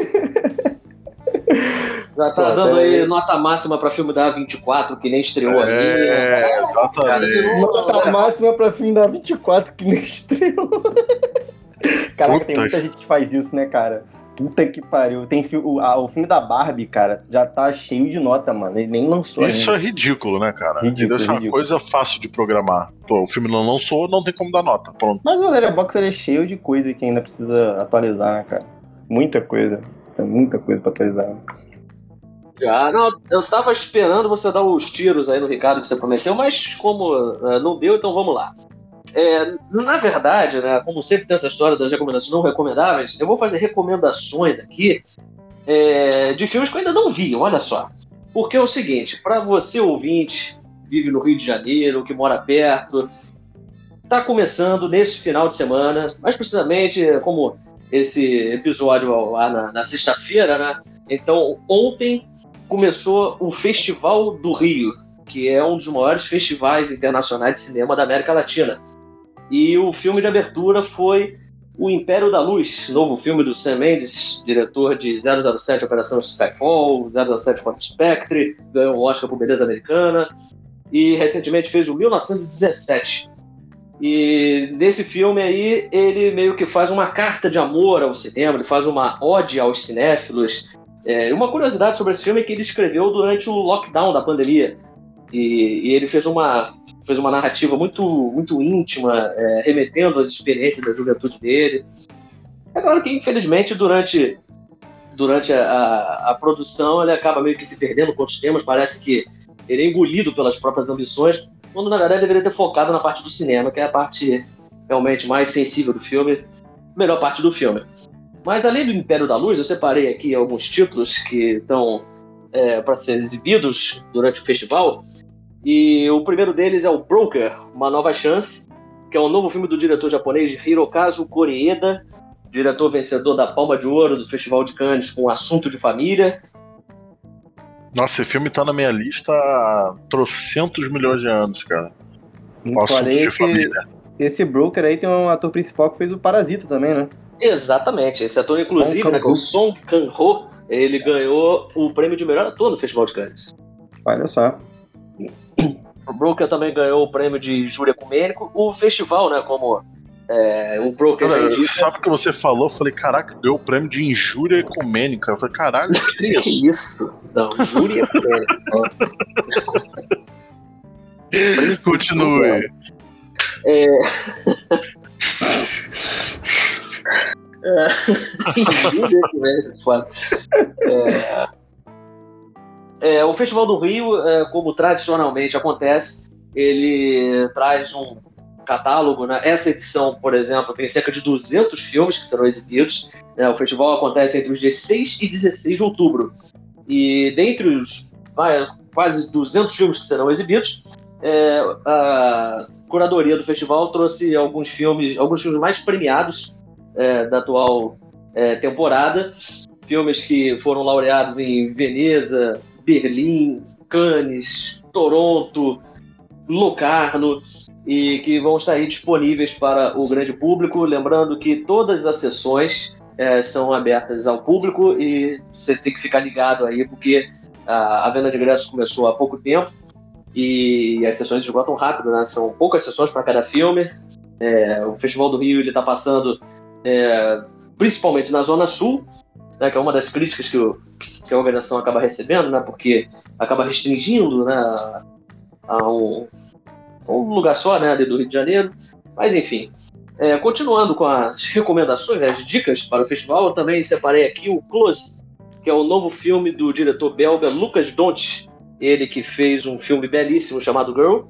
Já tá Pô, dando pera aí aí. nota máxima pra filme da vinte e quatro, que nem estreou É, ainda. exatamente. Nota máxima pra filme da vinte e quatro que nem estreou. Caraca, tem Puta muita que- gente que faz isso, né, cara? Puta que pariu. Tem fi- o, a- o filme da Barbie, cara, já tá cheio de nota, mano. Ele nem lançou Isso ainda. é ridículo, né, cara? Ridículo, Isso é uma ridículo. coisa fácil de programar. Pô, o filme não lançou, não tem como dar nota. Pronto. Mas o Letterboxd ele é cheio de coisa que ainda precisa atualizar, né, cara? Muita coisa. Tem muita coisa pra atualizar. Já, não, eu tava esperando você dar os tiros aí no Ricardo que você prometeu, mas como eh, não deu, então vamos lá. É, na verdade, né, como sempre tem essa história das recomendações não recomendáveis, eu vou fazer recomendações aqui é, de filmes que eu ainda não vi, olha só. Porque é o seguinte, para você ouvinte, vive no Rio de Janeiro, que mora perto, tá começando nesse final de semana, mais precisamente como esse episódio lá na, na sexta-feira, né? Então, ontem começou o Festival do Rio, que é um dos maiores festivais internacionais de cinema da América Latina. E o filme de abertura foi O Império da Luz, novo filme do Sam Mendes, diretor de zero zero sete Operação Skyfall, zero zero sete Quantum Spectre, ganhou o Oscar por Beleza Americana, e recentemente fez o mil novecentos e dezessete. E nesse filme aí, ele meio que faz uma carta de amor ao cinema, ele faz uma ode aos cinéfilos. É, uma curiosidade sobre esse filme é que ele escreveu durante o lockdown da pandemia. E, e ele fez uma, fez uma narrativa muito, muito íntima, é, remetendo às experiências da juventude dele. É claro que, infelizmente, durante durante a, a, a produção, ele acaba meio que se perdendo com outros temas, parece que ele é engolido pelas próprias ambições, quando na verdade deveria ter focado na parte do cinema, que é a parte realmente mais sensível do filme, melhor parte do filme. Mas além do Império da Luz, eu separei aqui alguns títulos que estão é, para ser exibidos durante o festival, e o primeiro deles é o Broker, Uma Nova Chance, que é um novo filme do diretor japonês Hirokazu Koreeda, diretor vencedor da Palma de Ouro do Festival de Cannes com Assunto de Família. Nossa, esse filme tá na minha lista há trocentos milhões de anos, cara. O Assunto Olha, de esse, Família. esse Broker aí tem um ator principal que fez o Parasita também, né? Exatamente, esse ator inclusive, Song né, que é o Song Kang-ho, ele ganhou o prêmio de melhor ator no Festival de Cannes. Olha só. O Broker também ganhou o prêmio de júri ecumênico. O festival, né, como é, o Broker já Cara, indica... sabe o que você falou? Eu falei, caraca, deu o prêmio de injúria ecumênica. Eu falei, caralho, que é Que isso? isso? Não, júri ecumênico. Prêmio- Continue. É... é... Júri ecumênico, foda. É... É, o Festival do Rio, é, como tradicionalmente acontece, ele traz um catálogo, né? Essa edição, por exemplo, tem cerca de duzentos filmes que serão exibidos. Né? O festival acontece entre os dias seis e dezesseis de outubro. E dentre os vai, quase duzentos filmes que serão exibidos, é, a curadoria do festival trouxe alguns filmes, alguns filmes mais premiados é, da atual é, temporada. Filmes que foram laureados em Veneza, Berlim, Cannes, Toronto, Locarno, e que vão estar aí disponíveis para o grande público. Lembrando que todas as sessões é, são abertas ao público e você tem que ficar ligado aí, porque a, a venda de ingressos começou há pouco tempo e as sessões esgotam rápido, né? São poucas sessões para cada filme. É, o Festival do Rio está passando é, principalmente na Zona Sul, né, que é uma das críticas que, o, que a organização acaba recebendo, né, porque acaba restringindo, né, a um, um lugar só, né, ali do Rio de Janeiro. Mas enfim, é, continuando com as recomendações, né, as dicas para o festival, eu também separei aqui o Close, que é o novo filme do diretor belga Lucas Dont, ele que fez um filme belíssimo chamado Girl,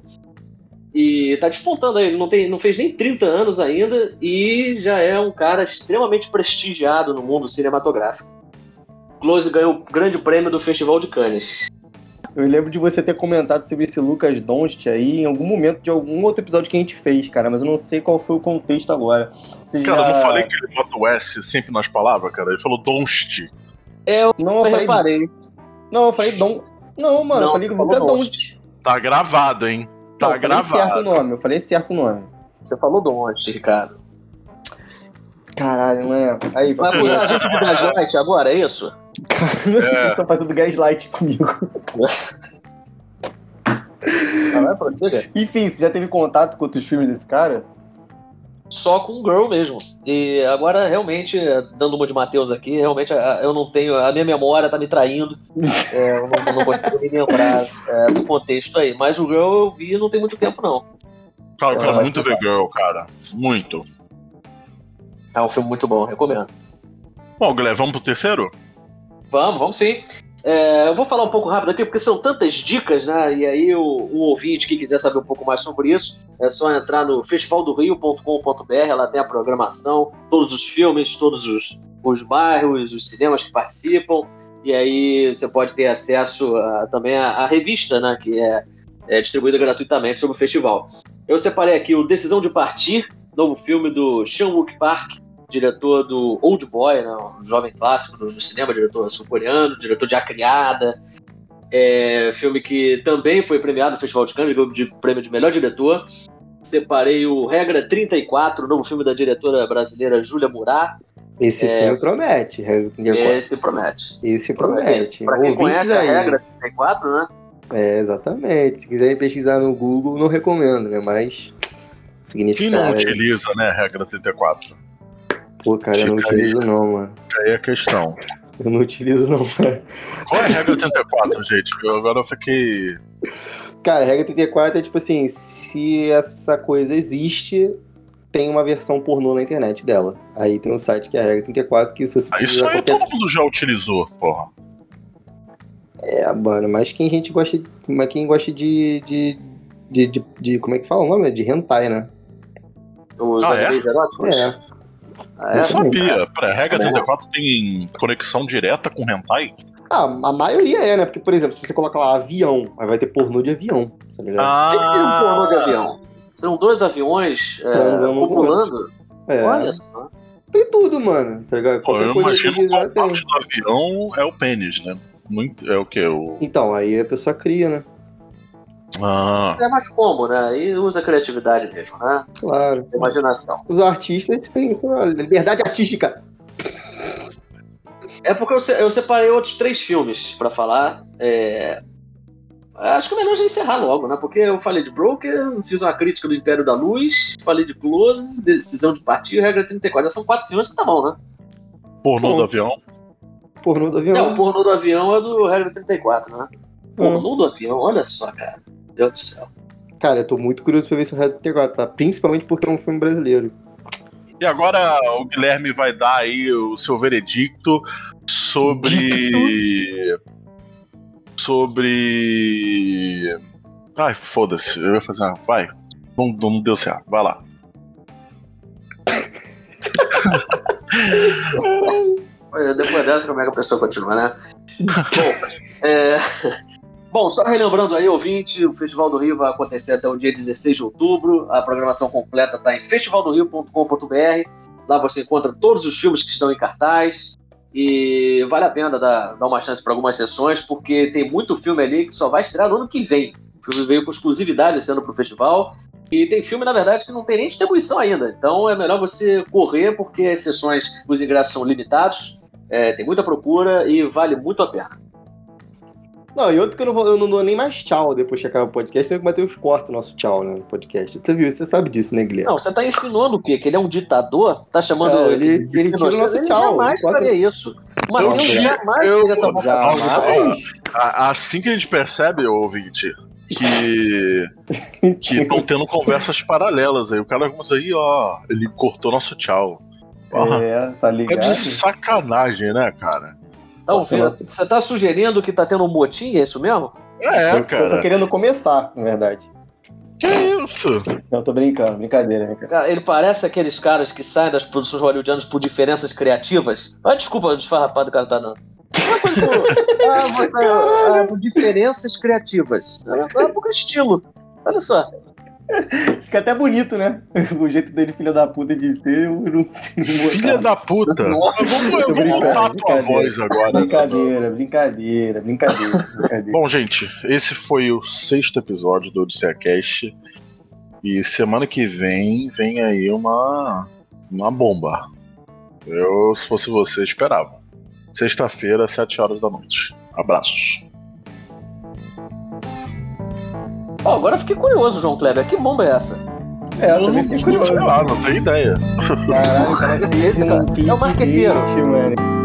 e tá despontando aí, ele não, tem, não fez nem trinta anos ainda e já é um cara extremamente prestigiado no mundo cinematográfico. Close ganhou o grande prêmio do Festival de Cannes. Eu lembro de você ter comentado sobre esse Lucas Donst aí em algum momento de algum outro episódio que a gente fez, cara, mas eu não sei qual foi o contexto agora. Você Cara, já... eu não falei que ele bota o S sempre nas palavras, cara? Ele falou Donst. É, eu Não, eu falei... reparei. Não, eu falei Don... Não, mano, Não, eu falei você Lucas falou Donst. Tá gravado, hein? Tá Não, eu falei gravado. certo o nome, eu falei certo o nome. Você falou Dont, Ricardo. Caralho, não é? Aí, Vai acusar a gente de gaslight agora, é isso? vocês estão fazendo gaslight comigo. Ah, vai prosseguir. Enfim, você já teve contato com outros filmes desse cara? Só com Girl mesmo. E agora, realmente, dando uma de Matheus aqui, realmente a- eu não tenho. A minha memória tá me traindo. É, eu não, não consigo me lembrar é, do contexto aí. Mas o Girl eu vi não tem muito tempo, não. Cara, eu Ah, quero vai muito ver Girl, cara. Muito. É um filme muito bom, recomendo. Bom, Guilherme, vamos pro terceiro? Vamos, vamos sim. É, eu vou falar um pouco rápido aqui, porque são tantas dicas, né? E aí o, o ouvinte que quiser saber um pouco mais sobre isso, é só entrar no festival do rio ponto com ponto b r, ela tem a programação, todos os filmes, todos os, os bairros, os cinemas que participam, e aí você pode ter acesso a, também à, à revista, né? Que é, é distribuída gratuitamente sobre o festival. Eu separei aqui o Decisão de Partir, novo filme do Chan-wook Park, diretor do Old Boy, né, um jovem clássico do, do cinema, diretor sul-coreano, diretor de A Criada, é, filme que também foi premiado no Festival de Cannes, ganhou de prêmio de melhor diretor. Separei o Regra trinta e quatro, novo filme da diretora brasileira Júlia Murat. Esse É. filme promete. Regra trinta e quatro. Esse promete. Esse promete. Pra quem Ouvintes conhece a aí. Regra trinta e quatro, né? É, exatamente. Se quiserem pesquisar no Google, não recomendo, né? Mas significa. Quem não utiliza, né, a regra trinta e quatro? Pô, cara, eu não Fica aí. utilizo não, mano. Aí é a questão. Eu não utilizo não, cara. Qual é a regra trinta e quatro, gente? Porque eu agora eu fiquei... Cara, a regra trinta e quatro é tipo assim, se essa coisa existe, tem uma versão pornô na internet dela. Aí tem um site que é a Regra trinta e quatro, que se você Ah, isso precisar aí qualquer... todo mundo já utilizou, porra. É, mano, mas quem a gente gosta de... Mas quem gosta de... De, de, de, de- como é que fala o nome? De hentai, né? Os Ah, é? animes eróticos? É. Ah, é? Eu sabia. Pera, a regra É. trinta e quatro tem conexão direta com hentai? Ah, a maioria é, né? Porque, por exemplo, se você coloca lá avião, aí vai ter pornô de avião, tá ligado? Ah, O que que seria um pornô de avião? São dois aviões é, Transando um com o copulando? É. Olha só. Tem tudo, mano, tá ligado? pô, Qualquer eu coisa que imagino quiser que a tem. parte do avião é o pênis, né? Muito, é o quê? O... Então, aí a pessoa cria, né? Ah, É mais como, né? Aí usa a criatividade mesmo, né? Claro. Imaginação. Os artistas têm isso, ó, liberdade artística. É porque eu, se- eu separei outros três filmes pra falar. É, acho que é melhor já encerrar logo, né? Porque eu falei de Broker, fiz uma crítica do Império da Luz, falei de Close, Decisão de Partir e Regra trinta e quatro. Já são quatro filmes que tá bom, né? pornô Bom. do avião? Pornô do avião. Não, o pornô do avião é do Regra trinta e quatro, né? Pornô do avião, olha só, cara. Meu Deus do céu. Cara, eu tô muito curioso pra ver se o Red trinta e quatro, tá? Principalmente porque é um filme brasileiro. E agora o Guilherme vai dar aí o seu veredicto sobre. Sobre. Ai, foda-se, eu ia fazer uma. Vai. Não, não deu certo, vai lá. Olha, depois dessa, como é que a pessoa continua, né? Bom, é... Bom, só relembrando aí, ouvinte, o Festival do Rio vai acontecer até o dia dezesseis de outubro. A programação completa está em festival do rio ponto com ponto b r. Lá você encontra todos os filmes que estão em cartaz. E vale a pena dar, dar uma chance para algumas sessões, porque tem muito filme ali que só vai estrear no ano que vem. O filme veio com exclusividade esse ano para o festival. E tem filme, na verdade, que não tem nem distribuição ainda. Então é melhor você correr, porque as sessões, os ingressos são limitados. É, tem muita procura e vale muito a pena. Não, e outro que eu não, vou, eu não dou nem mais tchau depois que acaba o podcast, tem que bater os cortes o nosso tchau, né, no podcast. Você viu, você sabe disso, né, Guilherme? Não, você tá insinuando o quê? Que ele é um ditador? Você tá chamando É, ele- de ele tira o nosso Ele tchau. jamais Bota- faria isso. O Eu Matheus tiro- jamais eu- teria essa vocação. Jamais. A- Assim que a gente percebe, ouvinte, que que estão tendo conversas paralelas aí. O cara começa aí, ó, ele cortou nosso tchau. Porra, É, tá é ligado? de sacanagem, né, cara? Então, filho, você tá sugerindo que tá tendo um motim, é isso mesmo? É, eu, eu tô cara. querendo começar, na verdade. Que isso? Não, tô brincando, brincadeira, brincadeira. Cara, ele parece aqueles caras que saem das produções hollywoodianas por diferenças criativas. Ah, desculpa, o desfarrapado que o cara tá dando. Uma coisa por, ah, você, ah, por diferenças criativas. É um pouco estilo. Olha só. Fica até bonito, né? O jeito dele, filha da puta, de ser. Eu não, não Filha da puta. Eu vou, eu vou Brincadeira, montar a tua brincadeira. voz agora. Brincadeira, brincadeira, brincadeira, brincadeira. Bom, gente, esse foi o sexto episódio do Odisseia Cast. E semana que vem vem aí uma, uma bomba. Eu, se fosse você, esperava. Sexta-feira, sete horas da noite. Abraços. Ó, agora eu fiquei curioso, João Kleber. Que bomba é essa? É, eu também fiquei curioso. Sei lá, não tenho ideia. Caralho, cara, Esse, cara, é o marqueteiro. mano.